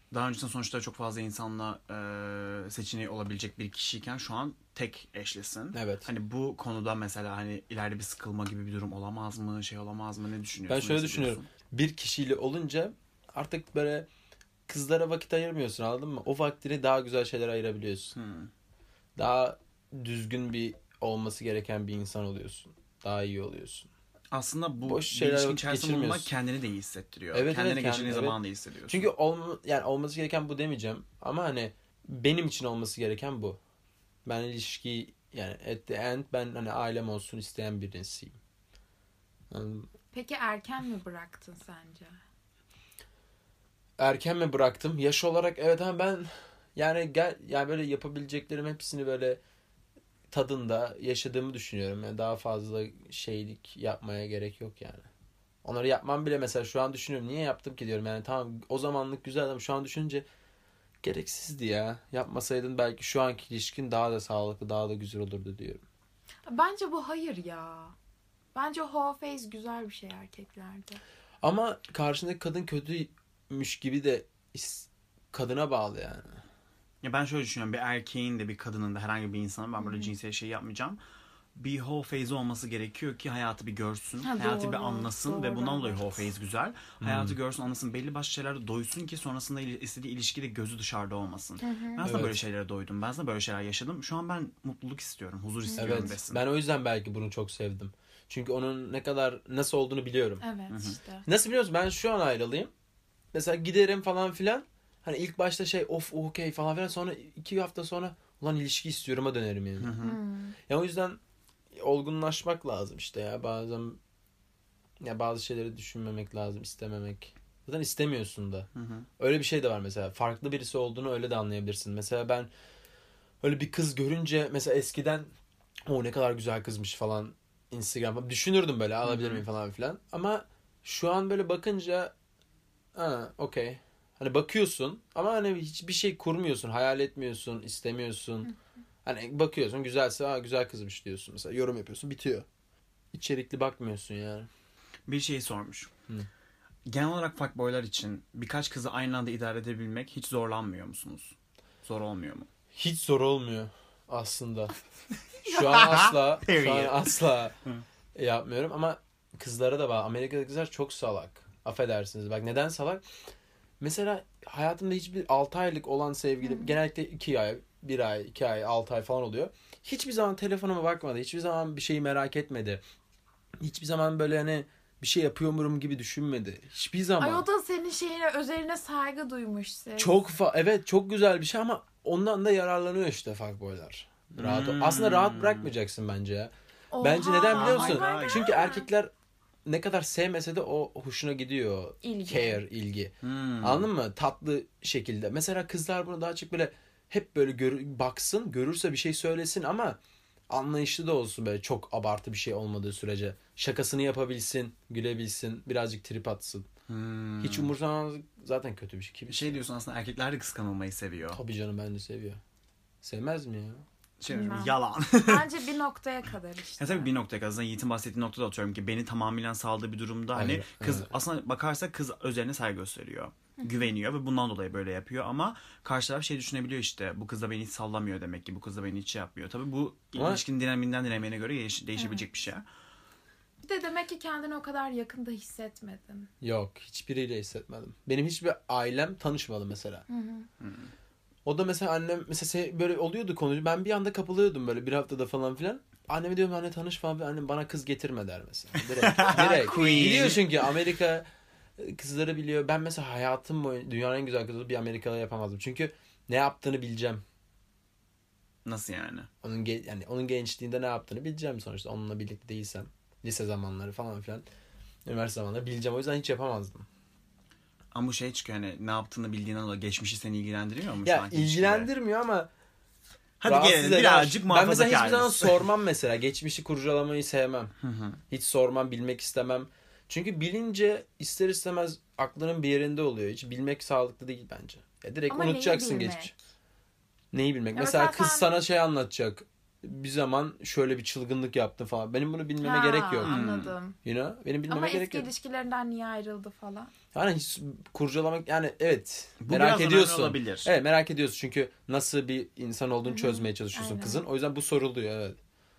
daha öncesinde sonuçta çok fazla insanla e, seçeneği olabilecek bir kişiyken şu an tek eşlisin. Evet. Hani bu konuda mesela hani ileride bir sıkılma gibi bir durum olamaz mı? Şey olamaz mı? Ne düşünüyorsun? Ben şöyle Ne düşünüyorum. hissediyorsun? Bir kişiyle olunca artık böyle kızlara vakit ayırmıyorsun, anladın mı? O vaktini daha güzel şeylere ayırabiliyorsun. Hmm. Daha düzgün bir olması gereken bir insan oluyorsun. Daha iyi oluyorsun. Aslında bu Boş bir şeylerle ilişkin vakit içerisinde bulunmak geçirmiyorsun. kendini de iyi hissettiriyor. Evet, Kendine evet, geçirdiğin kendi- zaman evet. da hissediyorsun. Çünkü olma, yani olması gereken bu demeyeceğim. Ama hani benim için olması gereken bu. Ben ilişkiyi yani at the end ben hani ailem olsun isteyen birisiyim. Anladın mı? Peki erken mi bıraktın sence? Erken mi bıraktım? Yaş olarak evet ama ben yani gel yani böyle yapabileceklerim hepsini böyle tadında yaşadığımı düşünüyorum. Yani daha fazla şeylik yapmaya gerek yok yani. Onları yapmam bile mesela şu an düşünüyorum. Niye yaptım ki diyorum. Yani tamam o zamanlık güzel ama şu an düşününce gereksizdi ya. Yapmasaydın belki şu anki ilişkin daha da sağlıklı, daha da güzel olurdu diyorum. Bence bu hayır ya. Bence whole face güzel bir şey erkeklerde. Ama karşındaki kadın kötüymüş gibi de is- kadına bağlı yani. Ya ben şöyle düşünüyorum. Bir erkeğin de bir kadının da herhangi bir insanın, ben böyle cinsel şey yapmayacağım. Bir whole phase olması gerekiyor ki hayatı bir görsün. Ha, hayatı doğru, bir anlasın ve doğru, bundan dolayı evet. whole phase güzel. Hayatı görsün, anlasın. Belli başlı şeylerde doysun ki sonrasında il- istediği ilişkide gözü dışarıda olmasın. Ben aslında Evet. böyle şeylere doydum. Ben aslında böyle şeyler yaşadım. Şu an ben mutluluk istiyorum. Huzur istiyorum Evet. desin. Ben o yüzden belki bunu çok sevdim. Çünkü onun ne kadar nasıl olduğunu biliyorum. Evet işte. Nasıl biliyorsun? Ben şu an ayrılıyım. Mesela giderim falan filan. Hani ilk başta şey of okey falan filan. Sonra iki hafta sonra ulan ilişki istiyorum'a dönerim yani. Hmm. Ya o yüzden olgunlaşmak lazım işte ya. Bazen ya bazı şeyleri düşünmemek lazım, istememek. Zaten istemiyorsun da. Hı hı. Öyle bir şey de var mesela. Farklı birisi olduğunu öyle de anlayabilirsin. Mesela ben öyle bir kız görünce mesela eskiden o ne kadar güzel kızmış falan Instagram'da düşünürdüm böyle alabilir miyim falan filan. Ama şu an böyle bakınca ha okey. Hani bakıyorsun ama hani hiçbir şey kurmuyorsun, hayal etmiyorsun, istemiyorsun. Hani bakıyorsun güzelse ha güzel kızmış diyorsun mesela yorum yapıyorsun bitiyor. İçerikli bakmıyorsun yani. Bir şey sormuş. Hı. Genel olarak fuckboylar için birkaç kızı aynı anda idare edebilmek hiç zorlanmıyor musunuz? Zor olmuyor mu? Hiç zor olmuyor aslında. Şu an asla, şu an Period. asla yapmıyorum ama kızlara da bağlı. Amerika'da kızlar çok salak. Affedersiniz. Bak neden salak? Mesela hayatımda hiçbir altı aylık olan sevgilim genellikle iki ay, bir ay, iki ay, altı ay falan oluyor. Hiçbir zaman telefonuma bakmadı. Hiçbir zaman bir şeyi merak etmedi. Hiçbir zaman böyle hani bir şey yapıyormurum gibi düşünmedi. Hiçbir zaman. Ay o da senin şeyine, özeline saygı duymuş ses. Çok fa- evet çok güzel bir şey ama ondan da yararlanıyor işte fuckboylar. Rahat Hmm. Aslında rahat bırakmayacaksın bence ya. Oha, Bence neden biliyor musun? oh my God. Çünkü erkekler ne kadar sevmese de o hoşuna gidiyor. İlgi. Care, ilgi. Hmm. Anladın mı? Tatlı şekilde. Mesela kızlar bunu daha çok böyle hep böyle gör- baksın, görürse bir şey söylesin ama anlayışlı da olsun böyle çok abartı bir şey olmadığı sürece. Şakasını yapabilsin, gülebilsin, birazcık trip atsın. Hmm. Hiç umursamaz zaten kötü bir şey. Kim? Bir şey diyorsun, aslında erkekler de kıskanılmayı seviyor. Tabii canım bence seviyor. Sevmez mi ya? Şey, Bilmem. yalan. Bence bir noktaya kadar işte. Ya tabii bir noktaya kadar. Yiğit'in bahsettiği noktada atıyorum ki beni tamamen saldığı bir durumda hani Hayır, kız evet. aslında bakarsak kız üzerine saygı gösteriyor. Güveniyor ve bundan dolayı böyle yapıyor ama karşı taraf şey düşünebiliyor işte bu kız da beni hiç sallamıyor demek ki, bu kız da beni hiç şey yapmıyor. Tabii bu Ama- ilişkinin dinamiğinden dinamiğine göre değiş- değişebilecek bir şey. Bir de demek ki kendini o kadar yakında hissetmedin. Yok. Hiçbiriyle hissetmedim. Benim hiçbir ailem tanışmadı mesela. O da mesela annem mesela se- böyle oluyordu konu. Ben bir anda kapılıyordum böyle bir haftada falan filan. Anneme diyorum anne tanış falan. Annem bana kız getirme der mesela. Direkt. Direkt. Queen. Biliyor çünkü Amerika kızları biliyor. Ben mesela hayatım boyunca dünyanın en güzel kızı bir Amerikalı yapamazdım. Çünkü ne yaptığını bileceğim. Nasıl yani? Onun ge- yani onun gençliğinde ne yaptığını bileceğim sonuçta. Onunla birlikte değilsem. Lise zamanları falan filan. Üniversite zamanları bileceğim. O yüzden hiç yapamazdım. Ama bu şey çıkıyor hani ne yaptığını bildiğinden dolayı geçmişi seni ilgilendiriyor mu? şu Ya anki ilişkide? ilgilendirmiyor ama Hadi rahatsız gelelim eder. birazcık Ben mesela hiçbir zaman muhafazakarız. sormam mesela. Geçmişi kurcalamayı sevmem. Hı hı. Hiç sormam, bilmek istemem. Çünkü bilince ister istemez aklının bir yerinde oluyor. Hiç bilmek sağlıklı değil bence. Ya direkt Ama neyi unutacaksın bilmek? geçmiş. Neyi bilmek? Ya mesela mesela kız sen- sana şey anlatacak. bir zaman şöyle bir çılgınlık yaptım falan. Benim bunu bilmeme Ha, gerek yok. Anladım. You know? Benim bilmeme Ama gerek eski yok. ilişkilerinden niye ayrıldı falan? Yani hiç kurcalamak yani evet Bu merak biraz önemli ediyorsun. olabilir. Evet merak ediyorsun çünkü nasıl bir insan olduğunu Hı-hı. çözmeye çalışıyorsun Aynen. kızın. O yüzden bu soruluyor evet.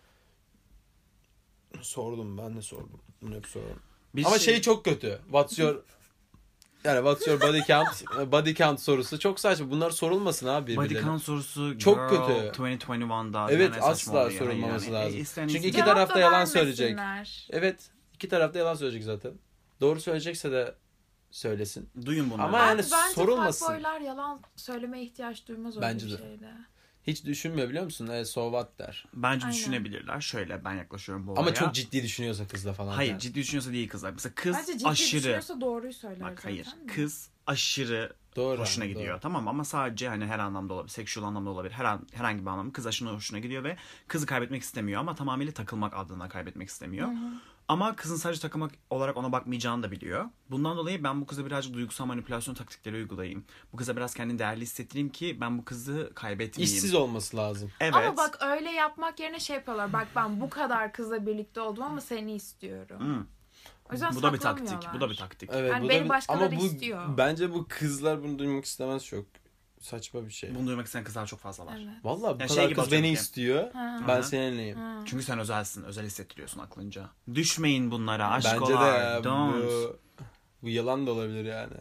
Sordum ben de sordum. Bunu hep sordum. Bir Ama şey çok kötü. What's your yani what's your body count? Body count sorusu çok saçma. Bunlar sorulmasın abi Body birbirlerine. count sorusu Çok girl, kötü. yirmi yirmi bir'da Evet, yani asla saçma oluyor. sorulmaması lazım. E, isteyen Çünkü insan- İki Cevap taraf da yalan vermesinler. söyleyecek. Evet. iki taraf da yalan söyleyecek zaten. Doğru söyleyecekse de söylesin. Duyun bunları. Ama Ben, yani bence sorulmasın. fuckboylar yalan söylemeye ihtiyaç duymaz öyle Bence bir de. şeyle. Hiç düşünmüyor biliyor musun? E, so what der. Bence Aynen. düşünebilirler. Şöyle ben yaklaşıyorum bu olaya. Ama çok ciddi düşünüyorsa kızla falan. Hayır yani. ciddi düşünüyorsa değil kızlar. Mesela kız Bence ciddi aşırı. düşünüyorsa doğruyu söyler Bak zaten. hayır. de. Kız aşırı Doğru. hoşuna doğru. gidiyor. Tamam mı? Ama sadece hani her anlamda olabilir. Seksüel anlamda olabilir. Her an, herhangi bir anlamda kız aşırı hoşuna gidiyor ve kızı kaybetmek istemiyor ama tamamıyla takılmak adına kaybetmek istemiyor. Hı hı. Ama kızın sadece takılmak olarak ona bakmayacağını da biliyor. Bundan dolayı ben bu kıza birazcık duygusal manipülasyon taktikleri uygulayayım. Bu kıza biraz kendini değerli hissettireyim ki ben bu kızı kaybetmeyeyim. İşsiz olması lazım. Evet. Ama bak öyle yapmak yerine şey yapıyorlar. Bak ben bu kadar kızla birlikte oldum ama seni istiyorum. Hmm. O yüzden Bu da bir taktik. saklamıyorlar. Bu da bir taktik. Evet, Yani bu beni da bir- başkaları ama bu istiyor. bence bu kızlar bunu duymak istemez çok. Saçma bir şey. Bunu duymak isteyen kızlar çok fazla var. Evet. Vallahi bu Ya kadar şey gibi kız atıyorum beni ki- istiyor. Ha. Ben Hı. seninleyim. Ha. Çünkü sen özelsin. Özel hissettiriyorsun aklınca. Düşmeyin bunlara. Bence de Aşkolar. ya Don't. bu, bu yalan da olabilir yani.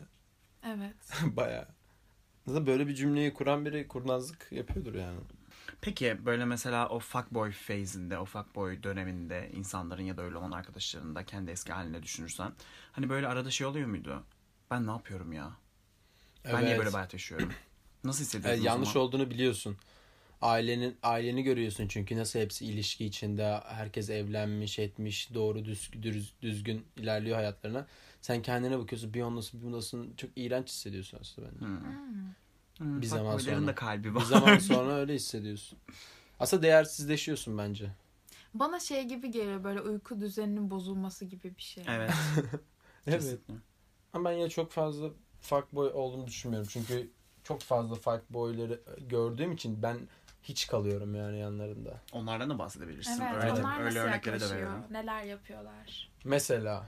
Evet. Baya. Zaten böyle bir cümleyi kuran biri kurnazlık yapıyordur yani. Peki böyle mesela o fuckboy phase'inde, o fuckboy döneminde insanların ya da öyle olan arkadaşların da kendi eski haline düşünürsen. Hani böyle arada şey oluyor muydu? Ben ne yapıyorum ya? Ben niye böyle bir hayat yaşıyorum? Nasıl hissediyorsun Evet, o yanlış zaman? olduğunu biliyorsun. Ailenin aileni görüyorsun çünkü nasıl hepsi ilişki içinde, herkes evlenmiş, etmiş, doğru düz, düz, düzgün ilerliyor hayatlarına. Sen kendine bakıyorsun, bir ondasın, bir bundasın, çok iğrenç hissediyorsun aslında bence. Hmm. Hmm. Hmm, Bir zaman fuckboyların sonra. da kalbi Bir var. zaman sonra öyle hissediyorsun. Aslında değersizleşiyorsun bence. Bana şey gibi geliyor böyle uyku düzeninin bozulması gibi bir şey. Evet. Evet. Kesinlikle. Ama ben yine çok fazla fuckboy olduğumu düşünmüyorum. Çünkü çok fazla fuckboyları gördüğüm için ben hiç kalıyorum yani yanlarında. Onlardan da bahsedebilirsin. Evet, öyle onlar öyle nasıl örnekleri de yaklaşıyor? verelim. Neler yapıyorlar? Mesela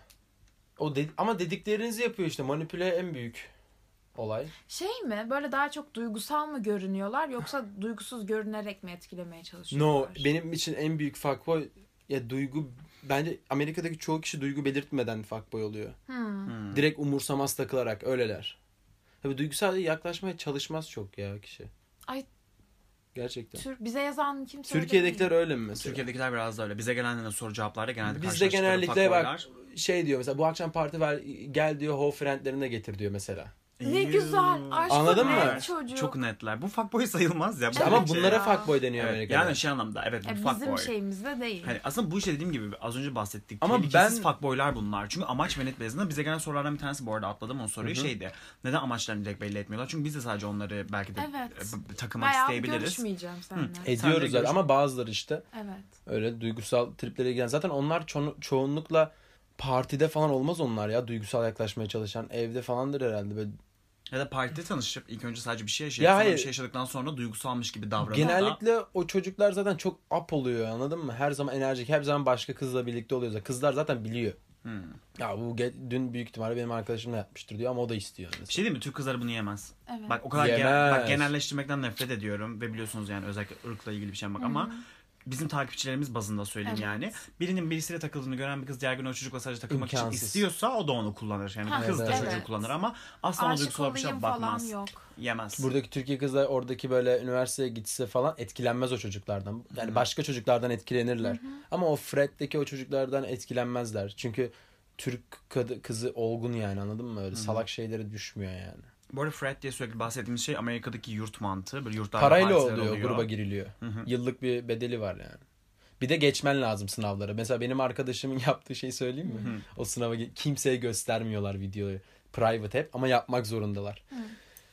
o de- ama dediklerinizi yapıyor işte. Manipüle en büyük olay. Şey mi? Böyle daha çok duygusal mı görünüyorlar yoksa duygusuz görünerek mi etkilemeye No, çalışıyorlar? benim için en büyük fuckboy ya duygu bence Amerika'daki çoğu kişi duygu belirtmeden fuckboy oluyor. Hmm. Hmm. Direkt umursamaz takılarak öyleler. Tabii duygusal yaklaşmaya çalışmaz çok ya kişi. Ay, Gerçekten. Tür, bize yazan kimse öyle Türkiye'dekiler değil. öyle mi mesela? Türkiye'dekiler biraz da öyle. Bize gelen soru cevaplarda genelde Bizde karşılaştıkları genellikle bak fuckboylar. şey diyor mesela bu akşam parti ver gel diyor ho friendlerini de getir diyor mesela. Ne güzel. Aşkı Anladın mı? net çocuk. Çok netler. Bu fuckboy sayılmaz ya. Bu Evet Ama bence- bunlara ya. fuckboy deniyor Evet, Amerika'da. yani şey anlamda evet bu E, bizim fuckboy. şeyimizde değil. Hani aslında bu işte dediğim gibi az önce bahsettik. Ama Ama Tehlikesiz ben- fuckboylar bunlar. Çünkü amaç ve net bazında bize gelen sorulardan bir tanesi bu arada atladım o soruyu Hı hı. şeydi. Neden amaçlarını direkt belli etmiyorlar? Çünkü biz de sadece onları belki de Evet. e, b- takılmak Bayağı isteyebiliriz. görüşmeyeceğim seninle. Ediyoruz Sen de zaten görüş- ama bazıları işte Evet. öyle duygusal triplere giren. Zaten onlar ço- çoğunlukla partide falan olmaz onlar ya duygusal yaklaşmaya çalışan. Evde falandır herhalde böyle. Ya da partide tanışıp ilk önce sadece bir şey yaşayıp Ya sonra hayır. bir şey yaşadıktan sonra duygusalmış gibi davranıp Genellikle o çocuklar zaten çok up oluyor anladın mı? Her zaman enerjik, her zaman başka kızla birlikte oluyorlar. Kızlar zaten biliyor. Hmm. Ya bu ge- dün büyük ihtimalle benim arkadaşımla yapmıştır diyor ama o da istiyor. Mesela. Bir şey değil mi? Türk kızları bunu yemez. Evet. Bak o kadar Yemez. genel, bak, genelleştirmekten nefret ediyorum ve biliyorsunuz yani özellikle ırkla ilgili bir şey bak ama Hı. bizim takipçilerimiz bazında söyleyeyim Evet. yani. Birinin birisiyle takıldığını gören bir kız diğer gün o çocukla sadece takılmak İmkansız. için istiyorsa o da onu kullanır. Yani Ha, kız da evet. çocuğu Evet. kullanır ama asla ona Aşık duygusal bir şey olayım falan bakmaz. yok. Yemez. Buradaki Türkiye kızlar oradaki böyle üniversiteye gitse falan etkilenmez o çocuklardan. Yani başka çocuklardan etkilenirler. Ama o Fred'deki o çocuklardan etkilenmezler. Çünkü Türk kadı, kızı olgun yani anladın mı? Öyle salak şeylere düşmüyor yani. Bu arada Fred diye sürekli bahsettiğimiz şey Amerika'daki yurt mantığı. Böyle yurtlarda Parayla partiler oluyor, gruba giriliyor. Hı hı. Yıllık bir bedeli var yani. Bir de geçmen lazım sınavlara. Mesela benim arkadaşımın yaptığı şeyi söyleyeyim mi? Hı. O sınava ge- kimseye göstermiyorlar videoyu. Private hep ama yapmak zorundalar. Hı.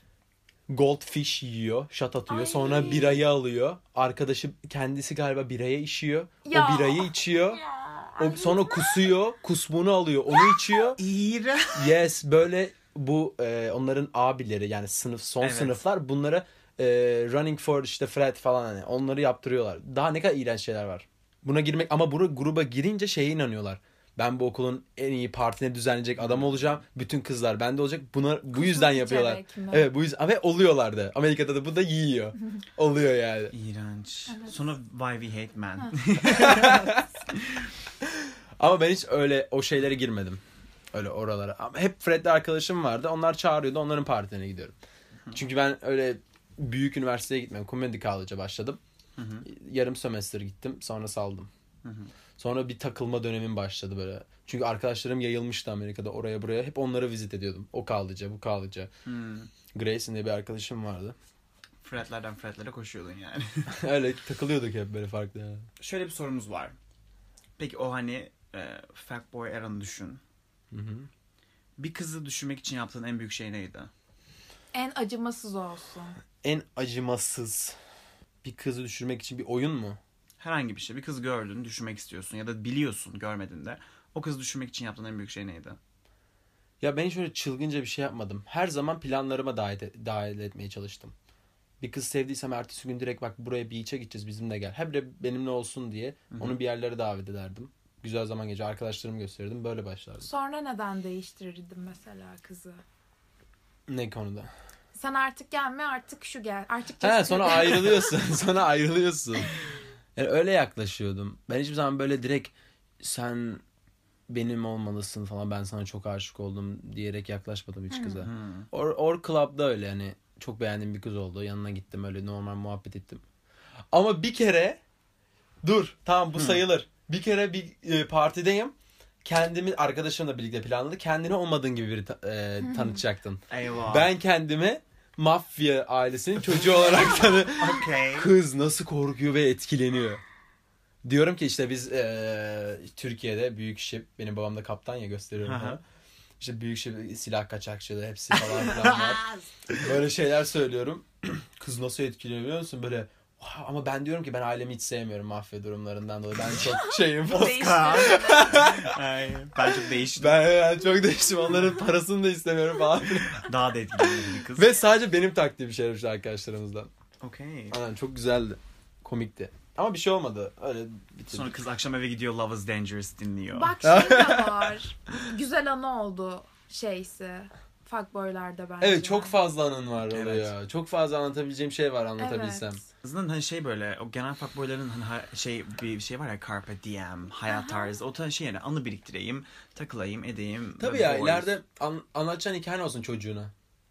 Goldfish yiyor, shot atıyor. Ay. Sonra birayı alıyor. Arkadaşı kendisi galiba biraya işiyor. Ya. O birayı içiyor. Ya, O sonra kusuyor. Kusmunu alıyor. Onu içiyor. İğrenç. Yes böyle bu e, onların abileri yani sınıf son Evet. sınıflar bunlara e, running for işte Fred falan hani onları yaptırıyorlar. Daha ne kadar iğrenç şeyler var. Buna girmek ama bunu gruba girince şeye inanıyorlar. Ben bu okulun en iyi partini düzenleyecek adam olacağım. Bütün kızlar bende olacak. Buna bu yüzden yapıyorlar. Evet bu yüzden ve oluyorlar da. Amerika'da da bu da yiyor. Oluyor yani. İğrenç. Evet. Sonra why we hate men. Ama ben hiç öyle o şeylere girmedim. Öyle oralara. Ama hep Fred'le arkadaşım vardı. Onlar çağırıyordu. Onların partilerine gidiyorum. Çünkü ben öyle büyük üniversiteye gitmedim. Community College'a başladım. Hı hı. Yarım sömestr gittim. Sonra saldım. Hı hı. Sonra bir takılma dönemim başladı böyle. Çünkü arkadaşlarım yayılmıştı Amerika'da oraya buraya. Hep onları visit ediyordum. O College'a, bu College'a. Hmm. Grayson diye bir arkadaşım vardı. Fredlerden Fredlere koşuyordun yani. Öyle takılıyorduk hep böyle farklı. Yani. Şöyle bir sorumuz var. Peki o hani e, fuckboy eranı düşün. Hı hı. Bir kızı düşürmek için yaptığın en büyük şey neydi? En acımasız olsun. En acımasız bir kızı düşürmek için bir oyun mu? Herhangi bir şey. Bir kız gördün, düşürmek istiyorsun ya da biliyorsun görmedin de. O kızı düşürmek için yaptığın en büyük şey neydi? Ya ben hiç öyle çılgınca bir şey yapmadım. Her zaman planlarıma dahil, et, dahil etmeye çalıştım. Bir kız sevdiysem ertesi gün direkt bak buraya beach'e gideceğiz bizimle gel. Hep de benimle olsun diye Hı hı. onu bir yerlere davet ederdim. Güzel zaman gece arkadaşlarımı gösterirdim. Böyle başlardım. Sonra neden değiştirirdin mesela kızı? Ne konuda? Sen artık gelme artık şu gel. Artık He, Jessica sonra gel. ayrılıyorsun. Sonra ayrılıyorsun. Yani öyle yaklaşıyordum. Ben hiçbir zaman böyle direkt sen benim olmalısın falan ben sana çok aşık oldum diyerek yaklaşmadım hiç kıza. Hmm. Or, or Club'da öyle hani çok beğendiğim bir kız oldu. Yanına gittim öyle normal muhabbet ettim. Ama bir kere dur tamam bu Hı. sayılır. Bir kere bir e, partideyim. Kendimi arkadaşımla birlikte planladı. Kendine olmadığın gibi biri ta- e, tanıtacaktın. Eyvah. Ben kendimi mafya ailesinin çocuğu olarak tanı. Okay. Kız nasıl korkuyor ve etkileniyor. Diyorum ki işte biz e, Türkiye'de büyük şip, benim babam da kaptan ya gösteriyorum Hı hı. falan. İşte büyük şip, silah kaçakçılığı hepsi falan filan var. Böyle şeyler söylüyorum. Kız nasıl etkileniyor biliyor musun? Böyle "Oha," ama ben diyorum ki ben ailemi hiç sevmiyorum mafya durumlarından dolayı. Ben çok şeyim falan. Ay, ben çok değiştim. Ben, ben çok değiştim. Onların parasını da istemiyorum falan. Daha da etkileniyor bir kız. Ve sadece benim taktiğim şey yapmış arkadaşlarımızdan. Okay. Aynen çok güzeldi. Komikti. Ama bir şey olmadı. Öyle bitirdik. Sonra kız akşam eve gidiyor Love is Dangerous dinliyor. Bak şey de var. Güzel anı oldu şeysi. Fuckboy'larda bence. Evet çok fazla anın var Evet. oluyor. Çok fazla anlatabileceğim şey var anlatabilsem. Evet. Azından hani şey böyle o genel fuckboyların hani ha- şey bir şey var ya carpe diem, hayat Aha. tarzı o tarz şey yani anı biriktireyim, takılayım, edeyim. Tabii ve ya boys. ileride an, anlatacağın hikayen olsun çocuğuna.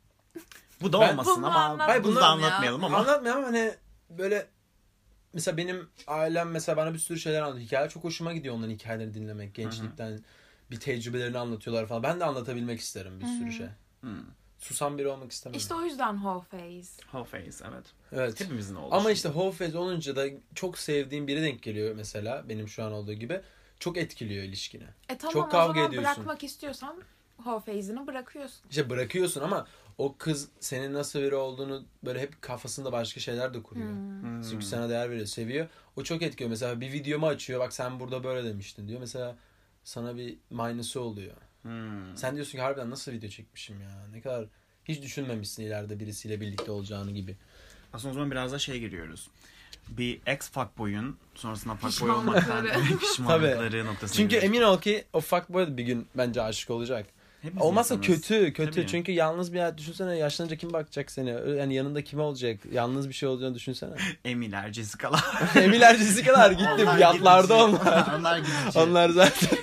Bu da Ben- olmasın Bunu ama anlatmayalım hayır, bunu da ya. anlatmayalım ama. Anlatmıyorum ama hani böyle mesela benim ailem mesela bana bir sürü şeyler anlatıyor. Hikayeler çok hoşuma gidiyor onların hikayelerini dinlemek. Gençlikten bir tecrübelerini anlatıyorlar falan. Ben de anlatabilmek isterim bir sürü Hı hı. şey. Hmm. Susan biri olmak istemem. İşte o yüzden whole face. Whole face evet. Evet. Hepimizin oldu. Ama şimdi. işte whole face olunca da çok sevdiğim biri denk geliyor mesela. Benim şu an olduğu gibi. Çok etkiliyor ilişkini. E tamam Çok o kavga zaman ediyorsun. bırakmak istiyorsan whole face'ini bırakıyorsun. İşte bırakıyorsun ama o kız senin nasıl biri olduğunu böyle hep kafasında başka şeyler de kuruyor. Hmm. Hmm. Çünkü sana değer veriyor, seviyor. O çok etkiliyor. Mesela bir videomu açıyor. Bak sen burada böyle demiştin diyor. Mesela sana bir minus'u oluyor. Hmm. Sen diyorsun ki harbiden nasıl video çekmişim ya. Ne kadar hiç düşünmemişsin ileride birisiyle birlikte olacağını gibi. Aslında o zaman biraz da şey giriyoruz. Bir ex fuckboy'un sonrasında fuckboy Pişmanlıkları. olmaktan pişmanlıkları noktasına Çünkü giriyoruz. emin ol ki o fuckboy da bir gün bence aşık olacak. Hepimiz Olmazsa insanız. kötü, kötü. Tabii. Çünkü yalnız bir hayat düşünsene. Yaşlanınca kim bakacak seni? Yani yanında kim olacak? Yalnız bir şey olacağını düşünsene. Emiler, Jessica'lar. Emiler Jessica'lar gitti. Yatlarda gidici. onlar. Onlar gidici. Onlar zaten.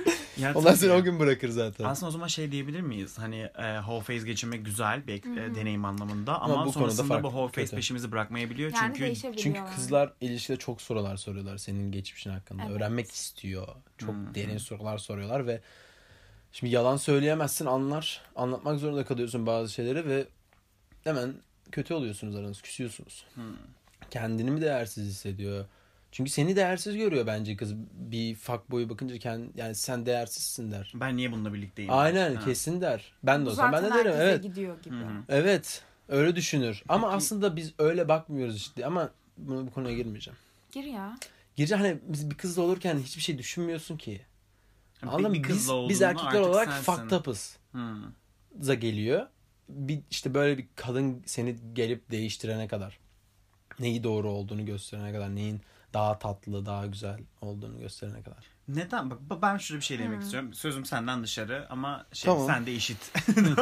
Ya Onlar tabii. seni o gün bırakır zaten. Aslında o zaman şey diyebilir miyiz? Hani e, whole face geçirmek güzel bir e, deneyim anlamında Ama ama, bu konuda sonrasında farklı, bu whole face kötü. peşimizi bırakmayabiliyor. Yani çünkü değişebiliyor. Çünkü kızlar ilişkide çok sorular soruyorlar senin geçmişin hakkında. Evet. Öğrenmek istiyor. Çok Hı-hı. derin sorular soruyorlar ve şimdi yalan söyleyemezsin anlar. Anlatmak zorunda kalıyorsun bazı şeyleri ve hemen kötü oluyorsunuz aranız, küsüyorsunuz. Hmm. Kendini mi değersiz hissediyor? Çünkü seni değersiz görüyor bence kız. Bir fuckboy'a bakınca kend, yani sen değersizsin der. Ben niye bununla birlikteyim? Aynen Ha. kesin der. Ben de Bu olsam ben de zaten derim herkese evet. gidiyor gibi. Hı hı. Evet. Öyle düşünür. Ama Peki- aslında biz öyle bakmıyoruz işte. Ama bunu bu konuya girmeyeceğim. Gir ya. Gireceğim hani biz bir kızla olurken hiçbir şey düşünmüyorsun ki. Bir- Anladın bir mı? kızla Biz, biz olduğunda erkekler artık olarak sensin. fucked up'ız. Hmm. za geliyor. bir işte böyle bir kadın seni gelip değiştirene kadar, neyi doğru olduğunu gösterene kadar, neyin daha tatlı, daha güzel olduğunu gösterene kadar. Neden? Bak ben şurada bir şey demek hmm. istiyorum. Sözüm senden dışarı ama şey tamam. sen de işit.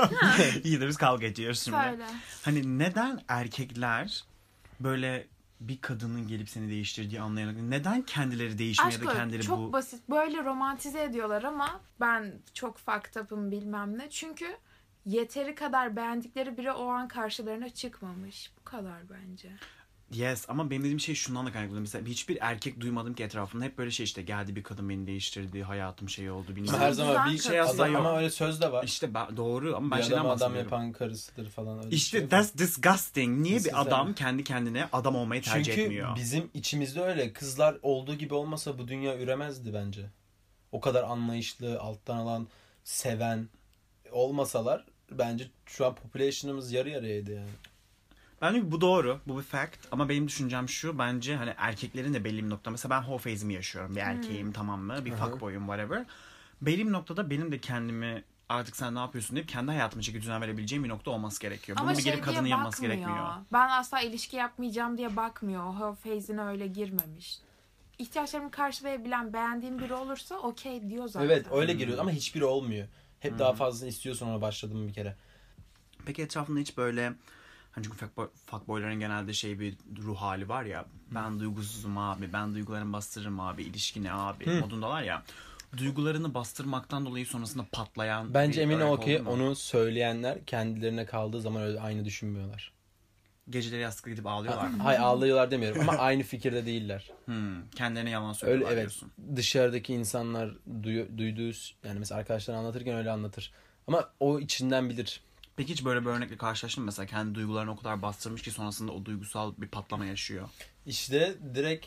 İyi de biz kavga ediyoruz şimdi. Söyle. Hani neden erkekler böyle bir kadının gelip seni değiştirdiği anlayana neden kendileri değişmiyor ya da kendileri çok bu... Çok basit. Böyle romantize ediyorlar ama ben çok fucked up'ım bilmem ne. Çünkü yeteri kadar beğendikleri biri o an karşılarına çıkmamış. Bu kadar bence. Yes ama benim dediğim şey şundan da kaynaklı. Mesela hiçbir erkek duymadım ki etrafımda. Hep böyle şey işte geldi bir kadın beni değiştirdi, hayatım şey oldu bilmem. Her zaman bir şey asla yok. Ama öyle söz de var. İşte ben, doğru ama ben bir şeyden adam bahsediyorum. adam yapan karısıdır falan. Öyle İşte şey that's disgusting. Niye Nasıl bir adam yani? kendi kendine adam olmayı tercih Çünkü etmiyor? Çünkü bizim içimizde öyle. Kızlar olduğu gibi olmasa bu dünya üremezdi bence. O kadar anlayışlı, alttan alan, seven olmasalar bence şu an population'ımız yarı yarıyaydı yani. Bence bu doğru. Bu bir fact. Ama benim düşüncem şu. Bence hani erkeklerin de belli bir nokta. Mesela ben whole phase'imi yaşıyorum. Bir erkeğim hmm. tamam mı? Bir fuckboy'um whatever. Belli bir noktada benim de kendimi artık sen ne yapıyorsun deyip kendi hayatıma çeki düzen verebileceğim bir nokta olması gerekiyor. Bunu bir şey gelip kadının yapması gerekmiyor. Ben asla ilişki yapmayacağım diye bakmıyor. O whole phase'ine öyle girmemiş. İhtiyaçlarımı karşılayabilen, beğendiğim biri olursa okey diyor zaten. Evet öyle giriyor ama hiçbiri olmuyor. Hep hmm. daha fazlasını istiyorsun ona başladım bir kere. Peki etrafında hiç böyle... Hani çünkü fuckboy, fuckboyların genelde şey bir ruh hali var ya. Ben duygusuzum abi, ben duygularımı bastırırım abi, ilişki ne abi hmm. modundalar ya. Duygularını bastırmaktan dolayı sonrasında patlayan... Bence emin ol ki onu söyleyenler kendilerine kaldığı zaman öyle aynı düşünmüyorlar. Geceleri yastıkla gidip ağlıyorlar mı? Hayır ağlıyorlar demiyorum ama aynı fikirde değiller. Hmm. Kendilerine yalan söylüyorlar öyle, diyorsun. Evet. Dışarıdaki insanlar duy, duyduğu yani mesela arkadaşlar anlatırken öyle anlatır. Ama o içinden bilir. Peki hiç böyle bir örnekle karşılaştın mı? Mesela kendi duygularını o kadar bastırmış ki sonrasında o duygusal bir patlama yaşıyor. İşte direkt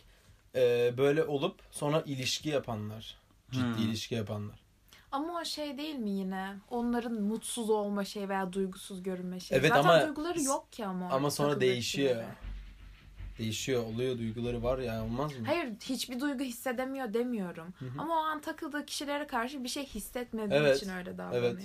e, böyle olup sonra ilişki yapanlar. Ciddi hmm. ilişki yapanlar. Ama o şey değil mi yine? Onların mutsuz olma şey veya duygusuz görünme şey. Evet, zaten ama, duyguları yok ki ama. Ama sonra değişiyor. Gibi. Değişiyor. Oluyor duyguları var ya olmaz mı? Hayır hiçbir duygu hissedemiyor demiyorum. Hı hı. Ama o an takıldığı kişilere karşı bir şey hissetmediği evet. için öyle davranıyor. Evet.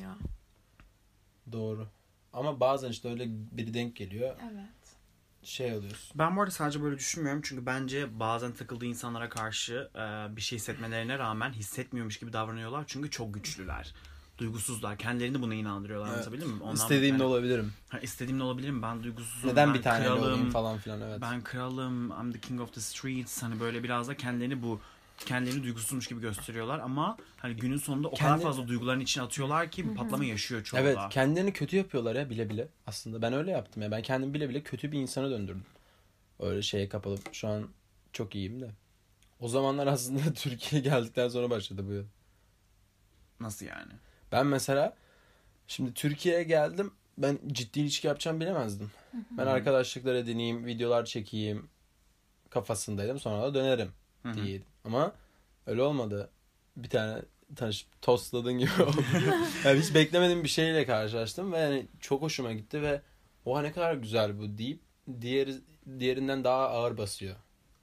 Doğru. Ama bazen işte öyle biri denk geliyor. Evet. Şey oluyorsun. Ben bu arada sadece böyle düşünmüyorum. Çünkü bence bazen takıldığı insanlara karşı e, bir şey hissetmelerine rağmen hissetmiyormuş gibi davranıyorlar. Çünkü çok güçlüler. Duygusuzlar. Kendilerini buna inandırıyorlar. Evet. Anlatabilir miyim? Ondan İstediğimde yani, olabilirim. Ha, istediğimde olabilirim. Ben duygusuzum. Neden ben bir tane kralım, olayım falan filan evet. Ben kralım. I'm the king of the streets. Hani böyle biraz da kendilerini bu kendilerini duygusuzmuş gibi gösteriyorlar ama hani günün sonunda o Kendi... kadar fazla duyguların içine atıyorlar ki bir patlama yaşıyor çoğu Evet, da. kendilerini kötü yapıyorlar ya bile bile. Aslında ben öyle yaptım ya. Ben kendimi bile bile kötü bir insana döndürdüm. Öyle şeye kapalı. Şu an çok iyiyim de. O zamanlar aslında Türkiye'ye geldikten sonra başladı bu yıl. Nasıl yani? Ben mesela şimdi Türkiye'ye geldim. Ben ciddi ilişki yapacağımı bilemezdim. Hı hı. Ben arkadaşlıklar edineyim, videolar çekeyim kafasındaydım. Sonra da dönerim diye. Ama öyle olmadı. Bir tane tanış tostladığın gibi oldu. Yani hiç beklemediğim bir şeyle karşılaştım ve yani çok hoşuma gitti ve oha ne kadar güzel bu deyip diğeri diğerinden daha ağır basıyor.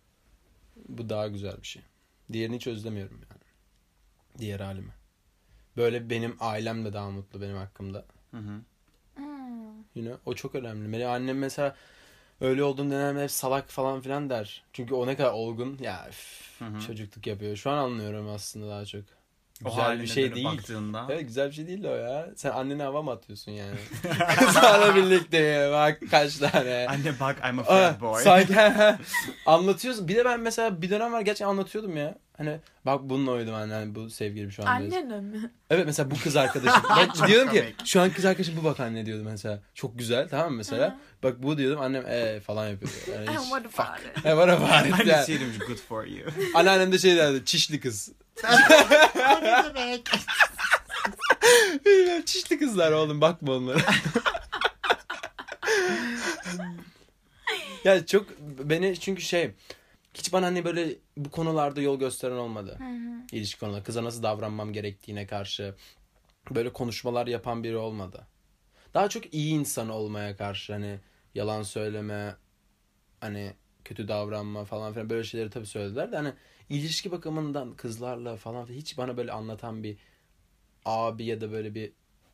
Bu daha güzel bir şey. Diğerini hiç özlemiyorum yani. Diğer halimi. Böyle benim ailem de daha mutlu benim hakkımda. Hı hı. You know, o çok önemli. Benim annem mesela öyle olduğum dönemde hep salak falan filan der. Çünkü o ne kadar olgun. Ya üf, hı hı. çocukluk yapıyor. Şu an anlıyorum aslında daha çok. Güzel bir şey değil. Baktığında. Evet, güzel bir şey değil de o ya. Sen annene hava mı atıyorsun yani? Kızlarla birlikte bak kaç tane. Anne bak I'm a fat boy. Sanki anlatıyorsun. Bir de ben mesela bir dönem var gerçekten anlatıyordum ya. Hani bak bununla oydum anne hani bu sevgilim şu an. Annenle mi? Evet mesela bu kız arkadaşım. Ben diyordum ki şu an kız arkadaşım bu bak anne diyordum mesela. Çok güzel tamam mı mesela. Hı-hı. Bak bu diyordum annem eee falan yapıyordu. Yani hiç, what about it? What about it? Anne serum good for you. Anneannem de şey derdi çişli kız. Ne demek? Çişli kızlar oğlum bakma onlara. Ya çok beni çünkü şey hiç bana hani böyle bu konularda yol gösteren olmadı. Hı hı. İlişki konuları. Kıza nasıl davranmam gerektiğine karşı böyle konuşmalar yapan biri olmadı. Daha çok iyi insan olmaya karşı hani yalan söyleme, hani kötü davranma falan filan böyle şeyleri tabii söylediler de hani ilişki bakımından kızlarla falan hiç bana böyle anlatan bir abi ya da böyle bir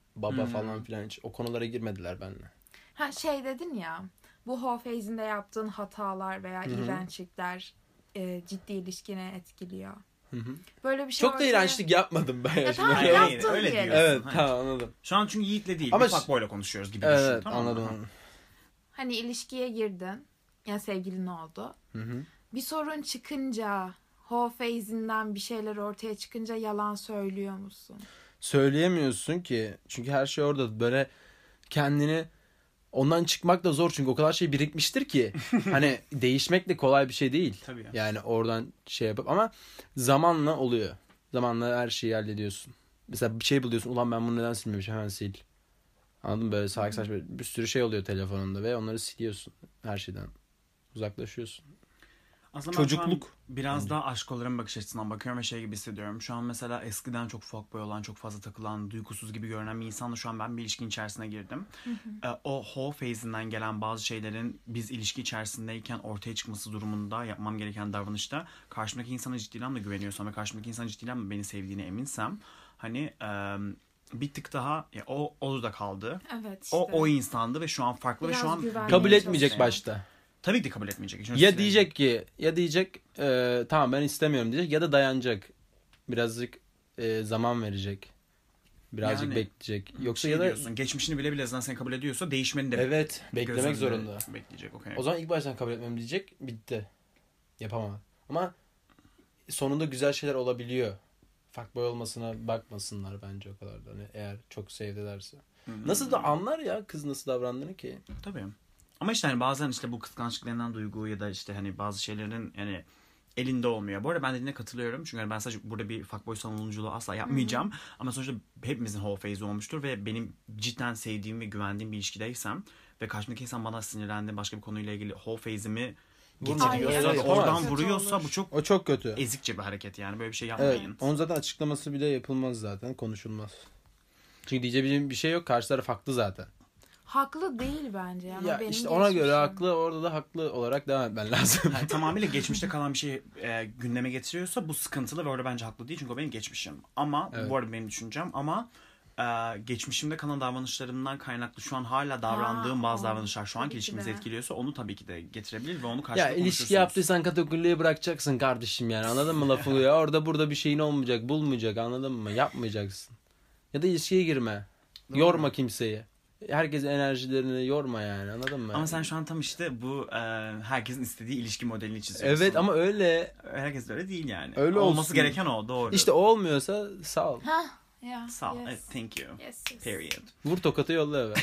baba Hmm. falan filan hiç o konulara girmediler benimle. Ha şey dedin ya, bu Ho phase'inde yaptığın hatalar veya Hı hı. iğrençlikler e, ciddi ilişkine etkiliyor. Hı hı. Böyle bir şey Çok da ortaya- iğrençlik yapmadım ben. Ya Ya tamam, şimdi. Hayır, hayır, yaptın öyle diyelim. diyorsun. Evet Hayır. tamam anladım. Şu an çünkü Yiğit'le değil. Ama bir ş- fuckboy'la konuşuyoruz gibi düşün. Evet Tamam mı? anladım. anladım. Hani ilişkiye girdin. Yani sevgilin oldu. Hı hı. Bir sorun çıkınca, Ho phase'inden bir şeyler ortaya çıkınca yalan söylüyor musun? Söyleyemiyorsun ki. Çünkü her şey orada. Böyle kendini ondan çıkmak da zor. Çünkü o kadar şey birikmiştir ki. Hani değişmek de kolay bir şey değil. Tabii. Yani oradan şey yapıp ama zamanla oluyor. Zamanla her şeyi hallediyorsun. Mesela bir şey buluyorsun. Ulan ben bunu neden silmemişim? Hemen sil. Anladın mı? Böyle salak saçma bir sürü şey oluyor telefonunda ve onları siliyorsun. Her şeyden uzaklaşıyorsun. Aslında ben şu Çocukluk. an biraz daha aşkoların bakış açısından bakıyorum ve şey gibi hissediyorum. Şu an mesela eskiden çok fuckboy olan, çok fazla takılan, duygusuz gibi görünen bir insanla şu an ben bir ilişkin içerisine girdim. Ee, o ho phase'inden gelen bazı şeylerin biz ilişki içerisindeyken ortaya çıkması durumunda yapmam gereken davranışta karşımdaki insana ciddi anlamda güveniyorsam ve karşımdaki insan ciddi anlamda beni sevdiğine eminsem hani e, bir tık daha ya, o o da kaldı. Evet işte. O o insandı ve şu an farklı Biraz ve şu an güven- Kabul Aynen. etmeyecek Çok başta. tabii ki kabul etmeyecek. Şunu Ya söyleyeyim. diyecek ki ya diyecek e, tamam ben istemiyorum diyecek ya da dayanacak. Birazcık e, zaman verecek. Birazcık Yani, bekleyecek. Yoksa şey ya da diyorsun, geçmişini bile bile zaten seni kabul ediyorsa değişmeni de evet göz beklemek önünde zorunda. bekleyecek. Okay. O zaman ilk baştan kabul etmem diyecek. Bitti. Yapamam. Ama sonunda güzel şeyler olabiliyor. Fuckboy olmasına bakmasınlar bence o kadar da. Hani eğer çok sevdilerse. Hmm. Nasıl da anlar ya kız nasıl davrandığını ki. Tabii. Ama işte hani bazen işte bu kıskançlık denilen duygu ya da işte hani bazı şeylerin yani elinde olmuyor. Bu arada ben dediğine katılıyorum. Çünkü hani ben sadece burada bir fuckboy savunuculuğu asla yapmayacağım. Ama sonuçta hepimizin whole phase olmuştur ve benim cidden sevdiğim ve güvendiğim bir ilişkideysem ve karşımdaki insan bana sinirlendi başka bir konuyla ilgili whole phase'imi Vurma. getiriyorsa Aynen. ve oradan Kötü vuruyorsa olur. bu çok O çok kötü. ezikçe bir hareket yani. Böyle bir şey Evet. yapmayın. Onun zaten açıklaması bile yapılmaz zaten. Konuşulmaz. Çünkü diyeceğim bir şey yok. Karşı taraf haklı zaten. Haklı değil bence. Yani Ya benim işte ona göre geçmişim. haklı. Orada da haklı olarak devam etmen lazım. Yani tamamıyla geçmişte kalan bir şey e, gündeme getiriyorsa bu sıkıntılı ve orada bence haklı değil çünkü o benim geçmişim. Ama Evet. bu arada benim düşüncem ama e, geçmişimde kalan davranışlarımdan kaynaklı şu an hala davrandığım Aa, bazı o, davranışlar şu anki tabii ki ilişkimizi de. etkiliyorsa onu tabii ki de getirebilir ve onu karşılıklı Ya ilişki konuşursunuz. yaptıysan kategoriyi bırakacaksın kardeşim yani. Anladın mı lafı ya? Orada burada bir şeyin olmayacak, bulmayacak. Anladın mı? Yapmayacaksın. Ya da ilişkiye girme. Doğru. Yorma kimseyi. Herkesin enerjilerini yorma yani. Anladın mı? Ama sen şu an tam işte bu e, herkesin istediği ilişki modelini çiziyorsun. Evet ama öyle. Herkes de öyle değil yani. Öyle Olması olsun. gereken o doğru. İşte o olmuyorsa sağ ol. Hah. Ya. Sağ ol. Yes. Evet, thank you. Yes, yes. Period. Vur tokatı yolla eve.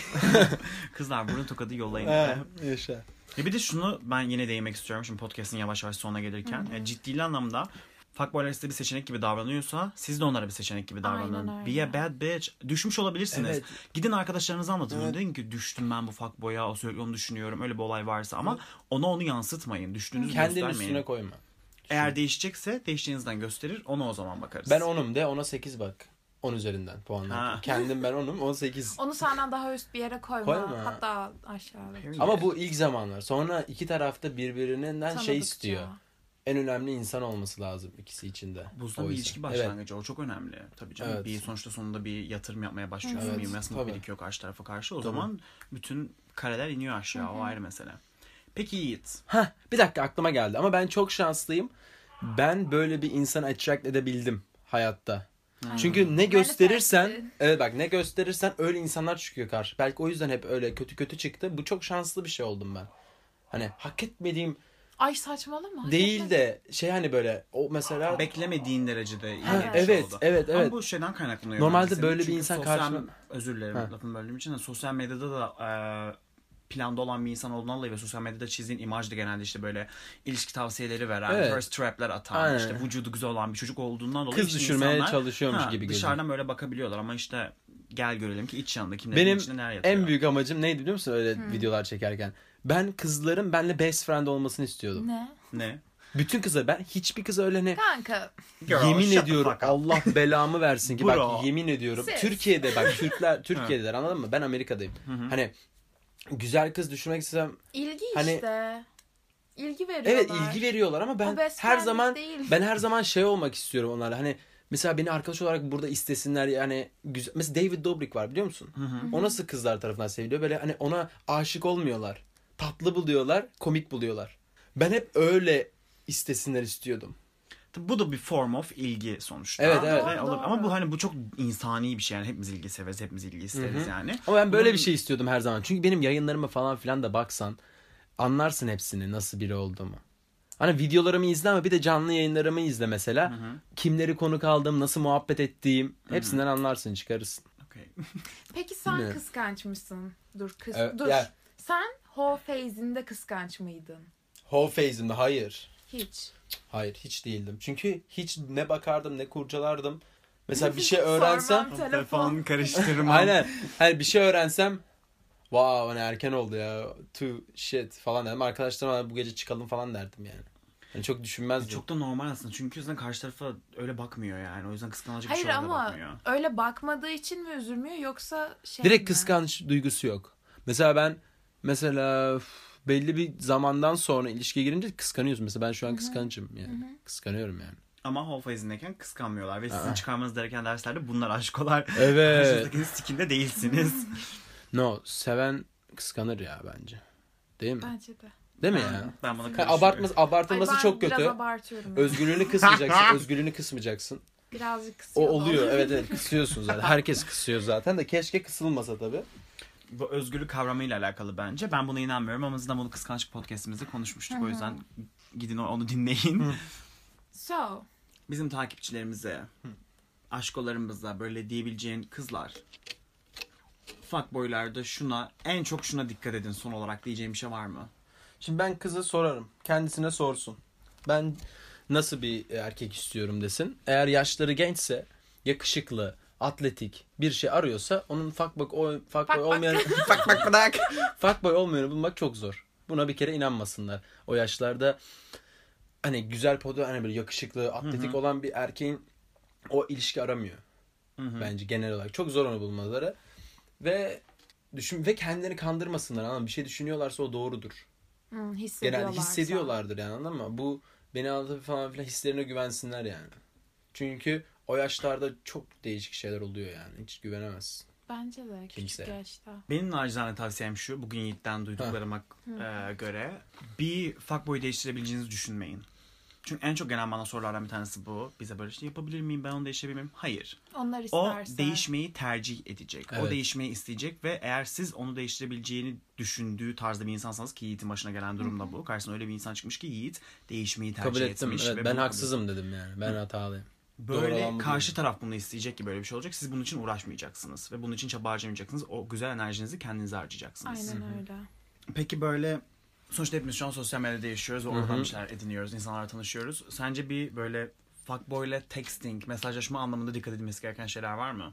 Kızlar burun tokadı yollayın. He, yaşa. Ya bir de şunu ben yine değinmek istiyorum şimdi podcast'ın yavaş yavaş sonuna gelirken. E, ciddi anlamda fuckboylar size bir seçenek gibi davranıyorsa siz de onlara bir seçenek gibi davranın. Aynen öyle. Be a bad bitch. Düşmüş olabilirsiniz. Evet. Gidin arkadaşlarınıza anlatın. Evet. Deyin ki düştüm ben bu fuckboya. O sürekli onu düşünüyorum. Öyle bir olay varsa ama ona onu yansıtmayın. Düştüğünüzü Kendini göstermeyin. üstüne koyma. Eğer değişecekse değiştiğinizden gösterir. Ona o zaman bakarız. Ben onum de ona sekiz bak. on üzerinden puanlar. Ha. Kendim ben onum on sekiz. Onu senden daha üst bir yere koyma. Koyma. Hatta aşağıda. Period. Ama bu ilk zamanlar. Sonra iki tarafta birbirinden şey Tanıdıkça. istiyor. En önemli insan olması lazım ikisi içinde. Buzdan O bir yüzden. ilişki başlangıcı o çok önemli. Tabii canım. Evet. Bir sonuçta sonunda bir yatırım yapmaya başlıyorsun. Evet, Bir investment tabii. birikiyor karşı tarafa karşı. O Tabii. zaman bütün kareler iniyor aşağı. O ayrı mesele. Peki Yiğit. Hah, bir dakika aklıma geldi ama ben çok şanslıyım. Ben böyle bir insanı attract edebildim hayatta. Çünkü ne gösterirsen, Manifestin. evet bak ne gösterirsen öyle insanlar çıkıyor karşı. Belki o yüzden hep öyle kötü kötü çıktı. Bu çok şanslı bir şey oldum ben. Hani hak etmediğim Ay saçmalama. değil de şey hani böyle o mesela Beklemediğin derecede iyi Ha, bir şey evet, oldu. evet, evet. Ama bu şeyden kaynaklanıyor. Normalde bence senin. böyle bir Çünkü insan sosyal- karşına- Özür dilerim Ha. lafını böldüğüm için. de Sosyal medyada da e, planda olan bir insan olduğundan dolayı ve sosyal medyada çizdiğin imaj da genelde işte böyle ilişki tavsiyeleri veren, Evet. first trapler atan, Aynen. işte vücudu güzel olan bir çocuk olduğundan dolayı kız işte düşürmeye insanlar, çalışıyormuş ha, gibi gözüküyor. dışarıdan böyle bakabiliyorlar ama işte gel görelim ki iç yanında kimlerin Benim içinde neler yatıyor. en büyük amacım neydi biliyor musun öyle videolar çekerken? Ben kızların benimle best friend olmasını istiyordum. Ne? Ne? Bütün kızlar ben hiçbir kız öyle ne Kanka. Girl, yemin shut the ediyorum fuck up. Allah belamı versin ki Bro. bak yemin ediyorum Siz. Türkiye'de bak Türkler Türkiye'deler anladın mı? Ben Amerika'dayım. Hı hı. Hani güzel kız düşürmek istem İlgi Hani- işte. İlgi veriyorlar. evet ilgi veriyorlar ama ben O best her friendlik zaman değil. ben her zaman şey olmak istiyorum onlarla. Hani mesela beni arkadaş olarak burada istesinler yani güzel. Mesela David Dobrik var biliyor musun? Hı hı. O nasıl kızlar tarafından seviliyor? Böyle hani ona aşık olmuyorlar. Tatlı buluyorlar, komik buluyorlar. Ben hep öyle istesinler istiyordum. Bu da bir form of ilgi sonuçta. Evet, evet. Ve Doğru, olur- doğru. Ama bu hani bu çok insani bir şey yani hepimiz ilgi severiz, hepimiz ilgi isteriz Hı hı. yani. Ama ben böyle Bunun- bir şey istiyordum her zaman. Çünkü benim yayınlarıma falan filan da baksan anlarsın hepsini nasıl biri olduğumu. Hani videolarımı izle ama bir de canlı yayınlarımı izle mesela. Hı hı. Kimleri konuk aldım, nasıl muhabbet ettiğim hepsinden anlarsın, çıkarırsın. Okay. Peki sen Ne? kıskanç mısın? Dur kız Evet, dur. yani- Sen whole phase'inde kıskanç mıydın? Whole phase'imde hayır. Hiç. Hayır hiç değildim. Çünkü hiç ne bakardım ne kurcalardım. Mesela bir şey öğrensem. Sormam, telefon. Telefon karıştırmam. Aynen. Hani bir şey öğrensem. Wow hani erken oldu ya. Too shit falan dedim. Arkadaşlarıma bu gece çıkalım falan derdim yani. Yani çok düşünmezdim. Çok da normal aslında çünkü zaten karşı tarafa öyle bakmıyor yani. O yüzden kıskanacak bir Hayır şey öyle ama bakmıyor. öyle bakmadığı için mi üzülmüyor yoksa şey Direkt mi? kıskanç duygusu yok. Mesela ben mesela üf, belli bir zamandan sonra ilişkiye girince kıskanıyorsun. Mesela ben şu an kıskançım yani. Kıskanıyorum yani. Ama whole phase'indeyken kıskanmıyorlar ve sizin Aa. çıkarmanız gereken derslerde bunlar aşkolar. Evet. Karşınızdakinin sikinde değilsiniz. No, seven kıskanır ya bence. Değil mi? Bence de. Değil mi Ben- ya? Ben buna Ha, karışıyorum. abartması, Ay, abartılması ben çok biraz kötü. abartıyorum. yani. Özgürlüğünü kısmayacaksın. Özgürlüğünü kısmayacaksın. Birazcık O kısıyor. oluyor. Evet evet kısıyorsun zaten. Herkes kısıyor zaten de keşke kısılmasa tabii. Bu özgürlük kavramıyla alakalı bence. Ben buna inanmıyorum ama bizden bunu kıskançlık podcastimizde konuşmuştuk. O yüzden gidin onu dinleyin. So, Bizim takipçilerimize, aşkolarımıza böyle diyebileceğin kızlar, fuckboylarda şuna, en çok şuna dikkat edin son olarak diyeceğim bir şey var mı? Şimdi ben kıza sorarım. Kendisine sorsun. Ben nasıl bir erkek istiyorum desin. Eğer yaşları gençse, yakışıklı, atletik bir şey arıyorsa onun fuckboy, o, fuckboy olmayan fuckboy bırak. Fuckboy olmayanı bulmak çok zor. Buna bir kere inanmasınlar. O yaşlarda hani güzel podu hani böyle yakışıklı, atletik Hı hı. olan bir erkeğin o ilişki aramıyor. Hı hı. Bence genel olarak. Çok zor onu bulmaları. Ve düşün ve kendilerini kandırmasınlar. Anladın mı? Bir şey düşünüyorlarsa o doğrudur. hmm, Genelde hissediyorlarsa. hissediyorlardır yani anladın mı? Bu beni aldatıyor falan filan hislerine güvensinler yani. Çünkü o yaşlarda çok değişik şeyler oluyor yani. Hiç güvenemezsin. Bence de küçük Kimseye. yaşta. Benim nacizane tavsiyem şu, bugün Yiğit'ten duyduklarıma e, göre bir fuckboy değiştirebileceğinizi düşünmeyin. Çünkü en çok gelen bana sorulardan bir tanesi bu. Bize böyle işte yapabilir miyim, ben onu değiştirebilir miyim? Hayır. Onlar O isterse. değişmeyi tercih edecek. O Evet. değişmeyi isteyecek ve eğer siz onu değiştirebileceğini düşündüğü tarzda bir insansanız ki Yiğit'in başına gelen durum da bu. Karşısına öyle bir insan çıkmış ki Yiğit değişmeyi tercih Kabul ettim. etmiş. Evet, ve ben bunu- haksızım dedim yani. Ben hatalıyım. Doğru Böyle olan bu karşı değil. taraf bunu isteyecek ki böyle bir şey olacak. Siz bunun için uğraşmayacaksınız. Ve bunun için çaba harcamayacaksınız. O güzel enerjinizi kendinize harcayacaksınız. Aynen öyle. Peki böyle sonuçta hepimiz şu an sosyal medyada yaşıyoruz ve Hı oradan hı. bir şeyler ediniyoruz. İnsanlarla tanışıyoruz. Sence bir böyle fuckboy'le texting, mesajlaşma anlamında dikkat edilmesi gereken şeyler var mı?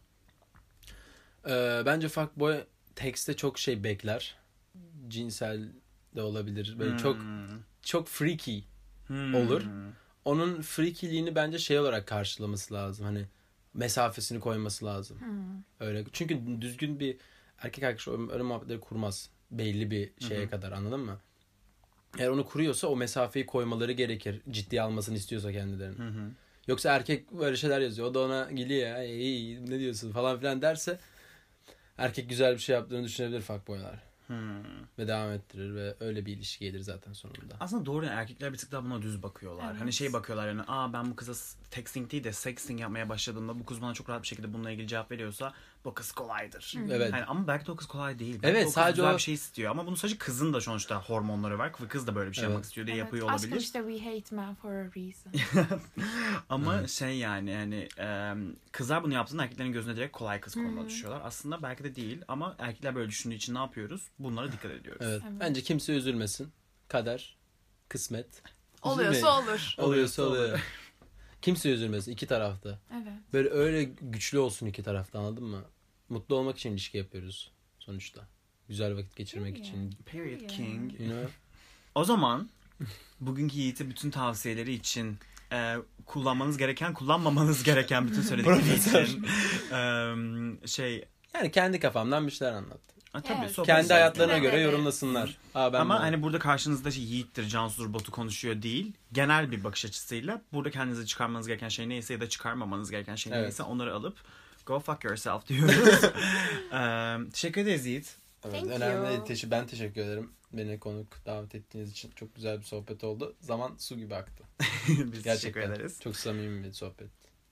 Ee, bence fuckboy tekste çok şey bekler. Cinsel de olabilir. Böyle çok Hmm. çok freaky Hmm. olur. Onun freakyliğini bence şey olarak karşılaması lazım. Hani mesafesini koyması lazım. Hmm. Öyle. Çünkü düzgün bir erkek arkadaş öyle muhabbetleri kurmaz. Belli bir şeye Hı hı. kadar anladın mı? Eğer onu kuruyorsa o mesafeyi koymaları gerekir. Ciddiye almasını istiyorsa kendilerini. Hı hı. Yoksa erkek böyle şeyler yazıyor. O da ona geliyor. Ay, iyi, ne diyorsun falan filan derse erkek güzel bir şey yaptığını düşünebilir fuckboylar. Hmm. Ve devam ettirir ve öyle bir ilişki gelir zaten sonunda. Aslında doğru yani erkekler bir tık daha buna düz bakıyorlar. Evet. Hani şey bakıyorlar yani aa ben bu kıza texting değil de sexting yapmaya başladığımda bu kız bana çok rahat bir şekilde bununla ilgili cevap veriyorsa bu kız kolaydır. Evet. Yani ama belki de o kız kolay değil. Belki Evet, de o kız sadece güzel o- bir şey istiyor ama bunun sadece kızın da sonuçta hormonları var ve kız da böyle bir şey Evet. yapmak istiyor diye Evet, yapıyor aşkım olabilir. işte we hate men for a reason. Ama şey yani hani e, kızlar bunu yaptığında erkeklerin gözüne direkt kolay kız konumuna düşüyorlar. Aslında belki de değil ama erkekler böyle düşündüğü için ne yapıyoruz? Bunlara dikkat ediyoruz. Evet. Evet. Bence kimse üzülmesin. Kader, kısmet. Oluyorsa Üzülmeyin. olur. Oluyorsa Oluyorsa oluyor. Kimse üzülmesin iki tarafta. Evet. Böyle öyle güçlü olsun iki tarafta anladın mı? Mutlu olmak için ilişki yapıyoruz sonuçta. Güzel vakit geçirmek Yeah. için. Period Ya. King. You know? O zaman bugünkü Yiğit'e bütün tavsiyeleri için e, kullanmanız gereken, kullanmamanız gereken bütün söyledikleri için e, şey Yani kendi kafamdan bir şeyler anlattım. Ha, tabii, Evet. sohbet Kendi sohbet. hayatlarına Evet, göre evet. yorumlasınlar. Aa, ben Ama bunu- hani burada karşınızda şey Yiğit'tir, Cansu'dur, Batu konuşuyor değil. Genel bir bakış açısıyla burada kendinize çıkarmanız gereken şey neyse ya da çıkarmamanız gereken şey Evet. neyse onları alıp go fuck yourself diyoruz. Ee, teşekkür ederiz Yiğit. Evet, Thank önemli değil. you. Teşekkür, ben teşekkür ederim. Beni konuk davet ettiğiniz için çok güzel bir sohbet oldu. Zaman su gibi aktı. Biz teşekkür Gerçekten. ederiz. Çok samimi bir sohbet.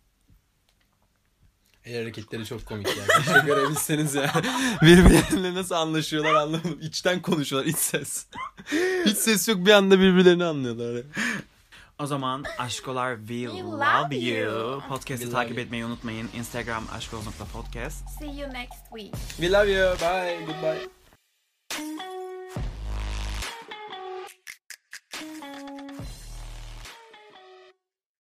El hareketleri çok komik yani. Keşke görebilseniz ya. Birbirleriyle nasıl anlaşıyorlar anlamadım. İçten konuşuyorlar, iç ses. Hiç ses yok, bir anda birbirlerini anlıyorlar. O zaman aşkolar we, We love, love you. you. Podcast'ı We love takip you. etmeyi unutmayın. Instagram aşkoz nokta podcast. See you next week. We love you. Bye. Goodbye.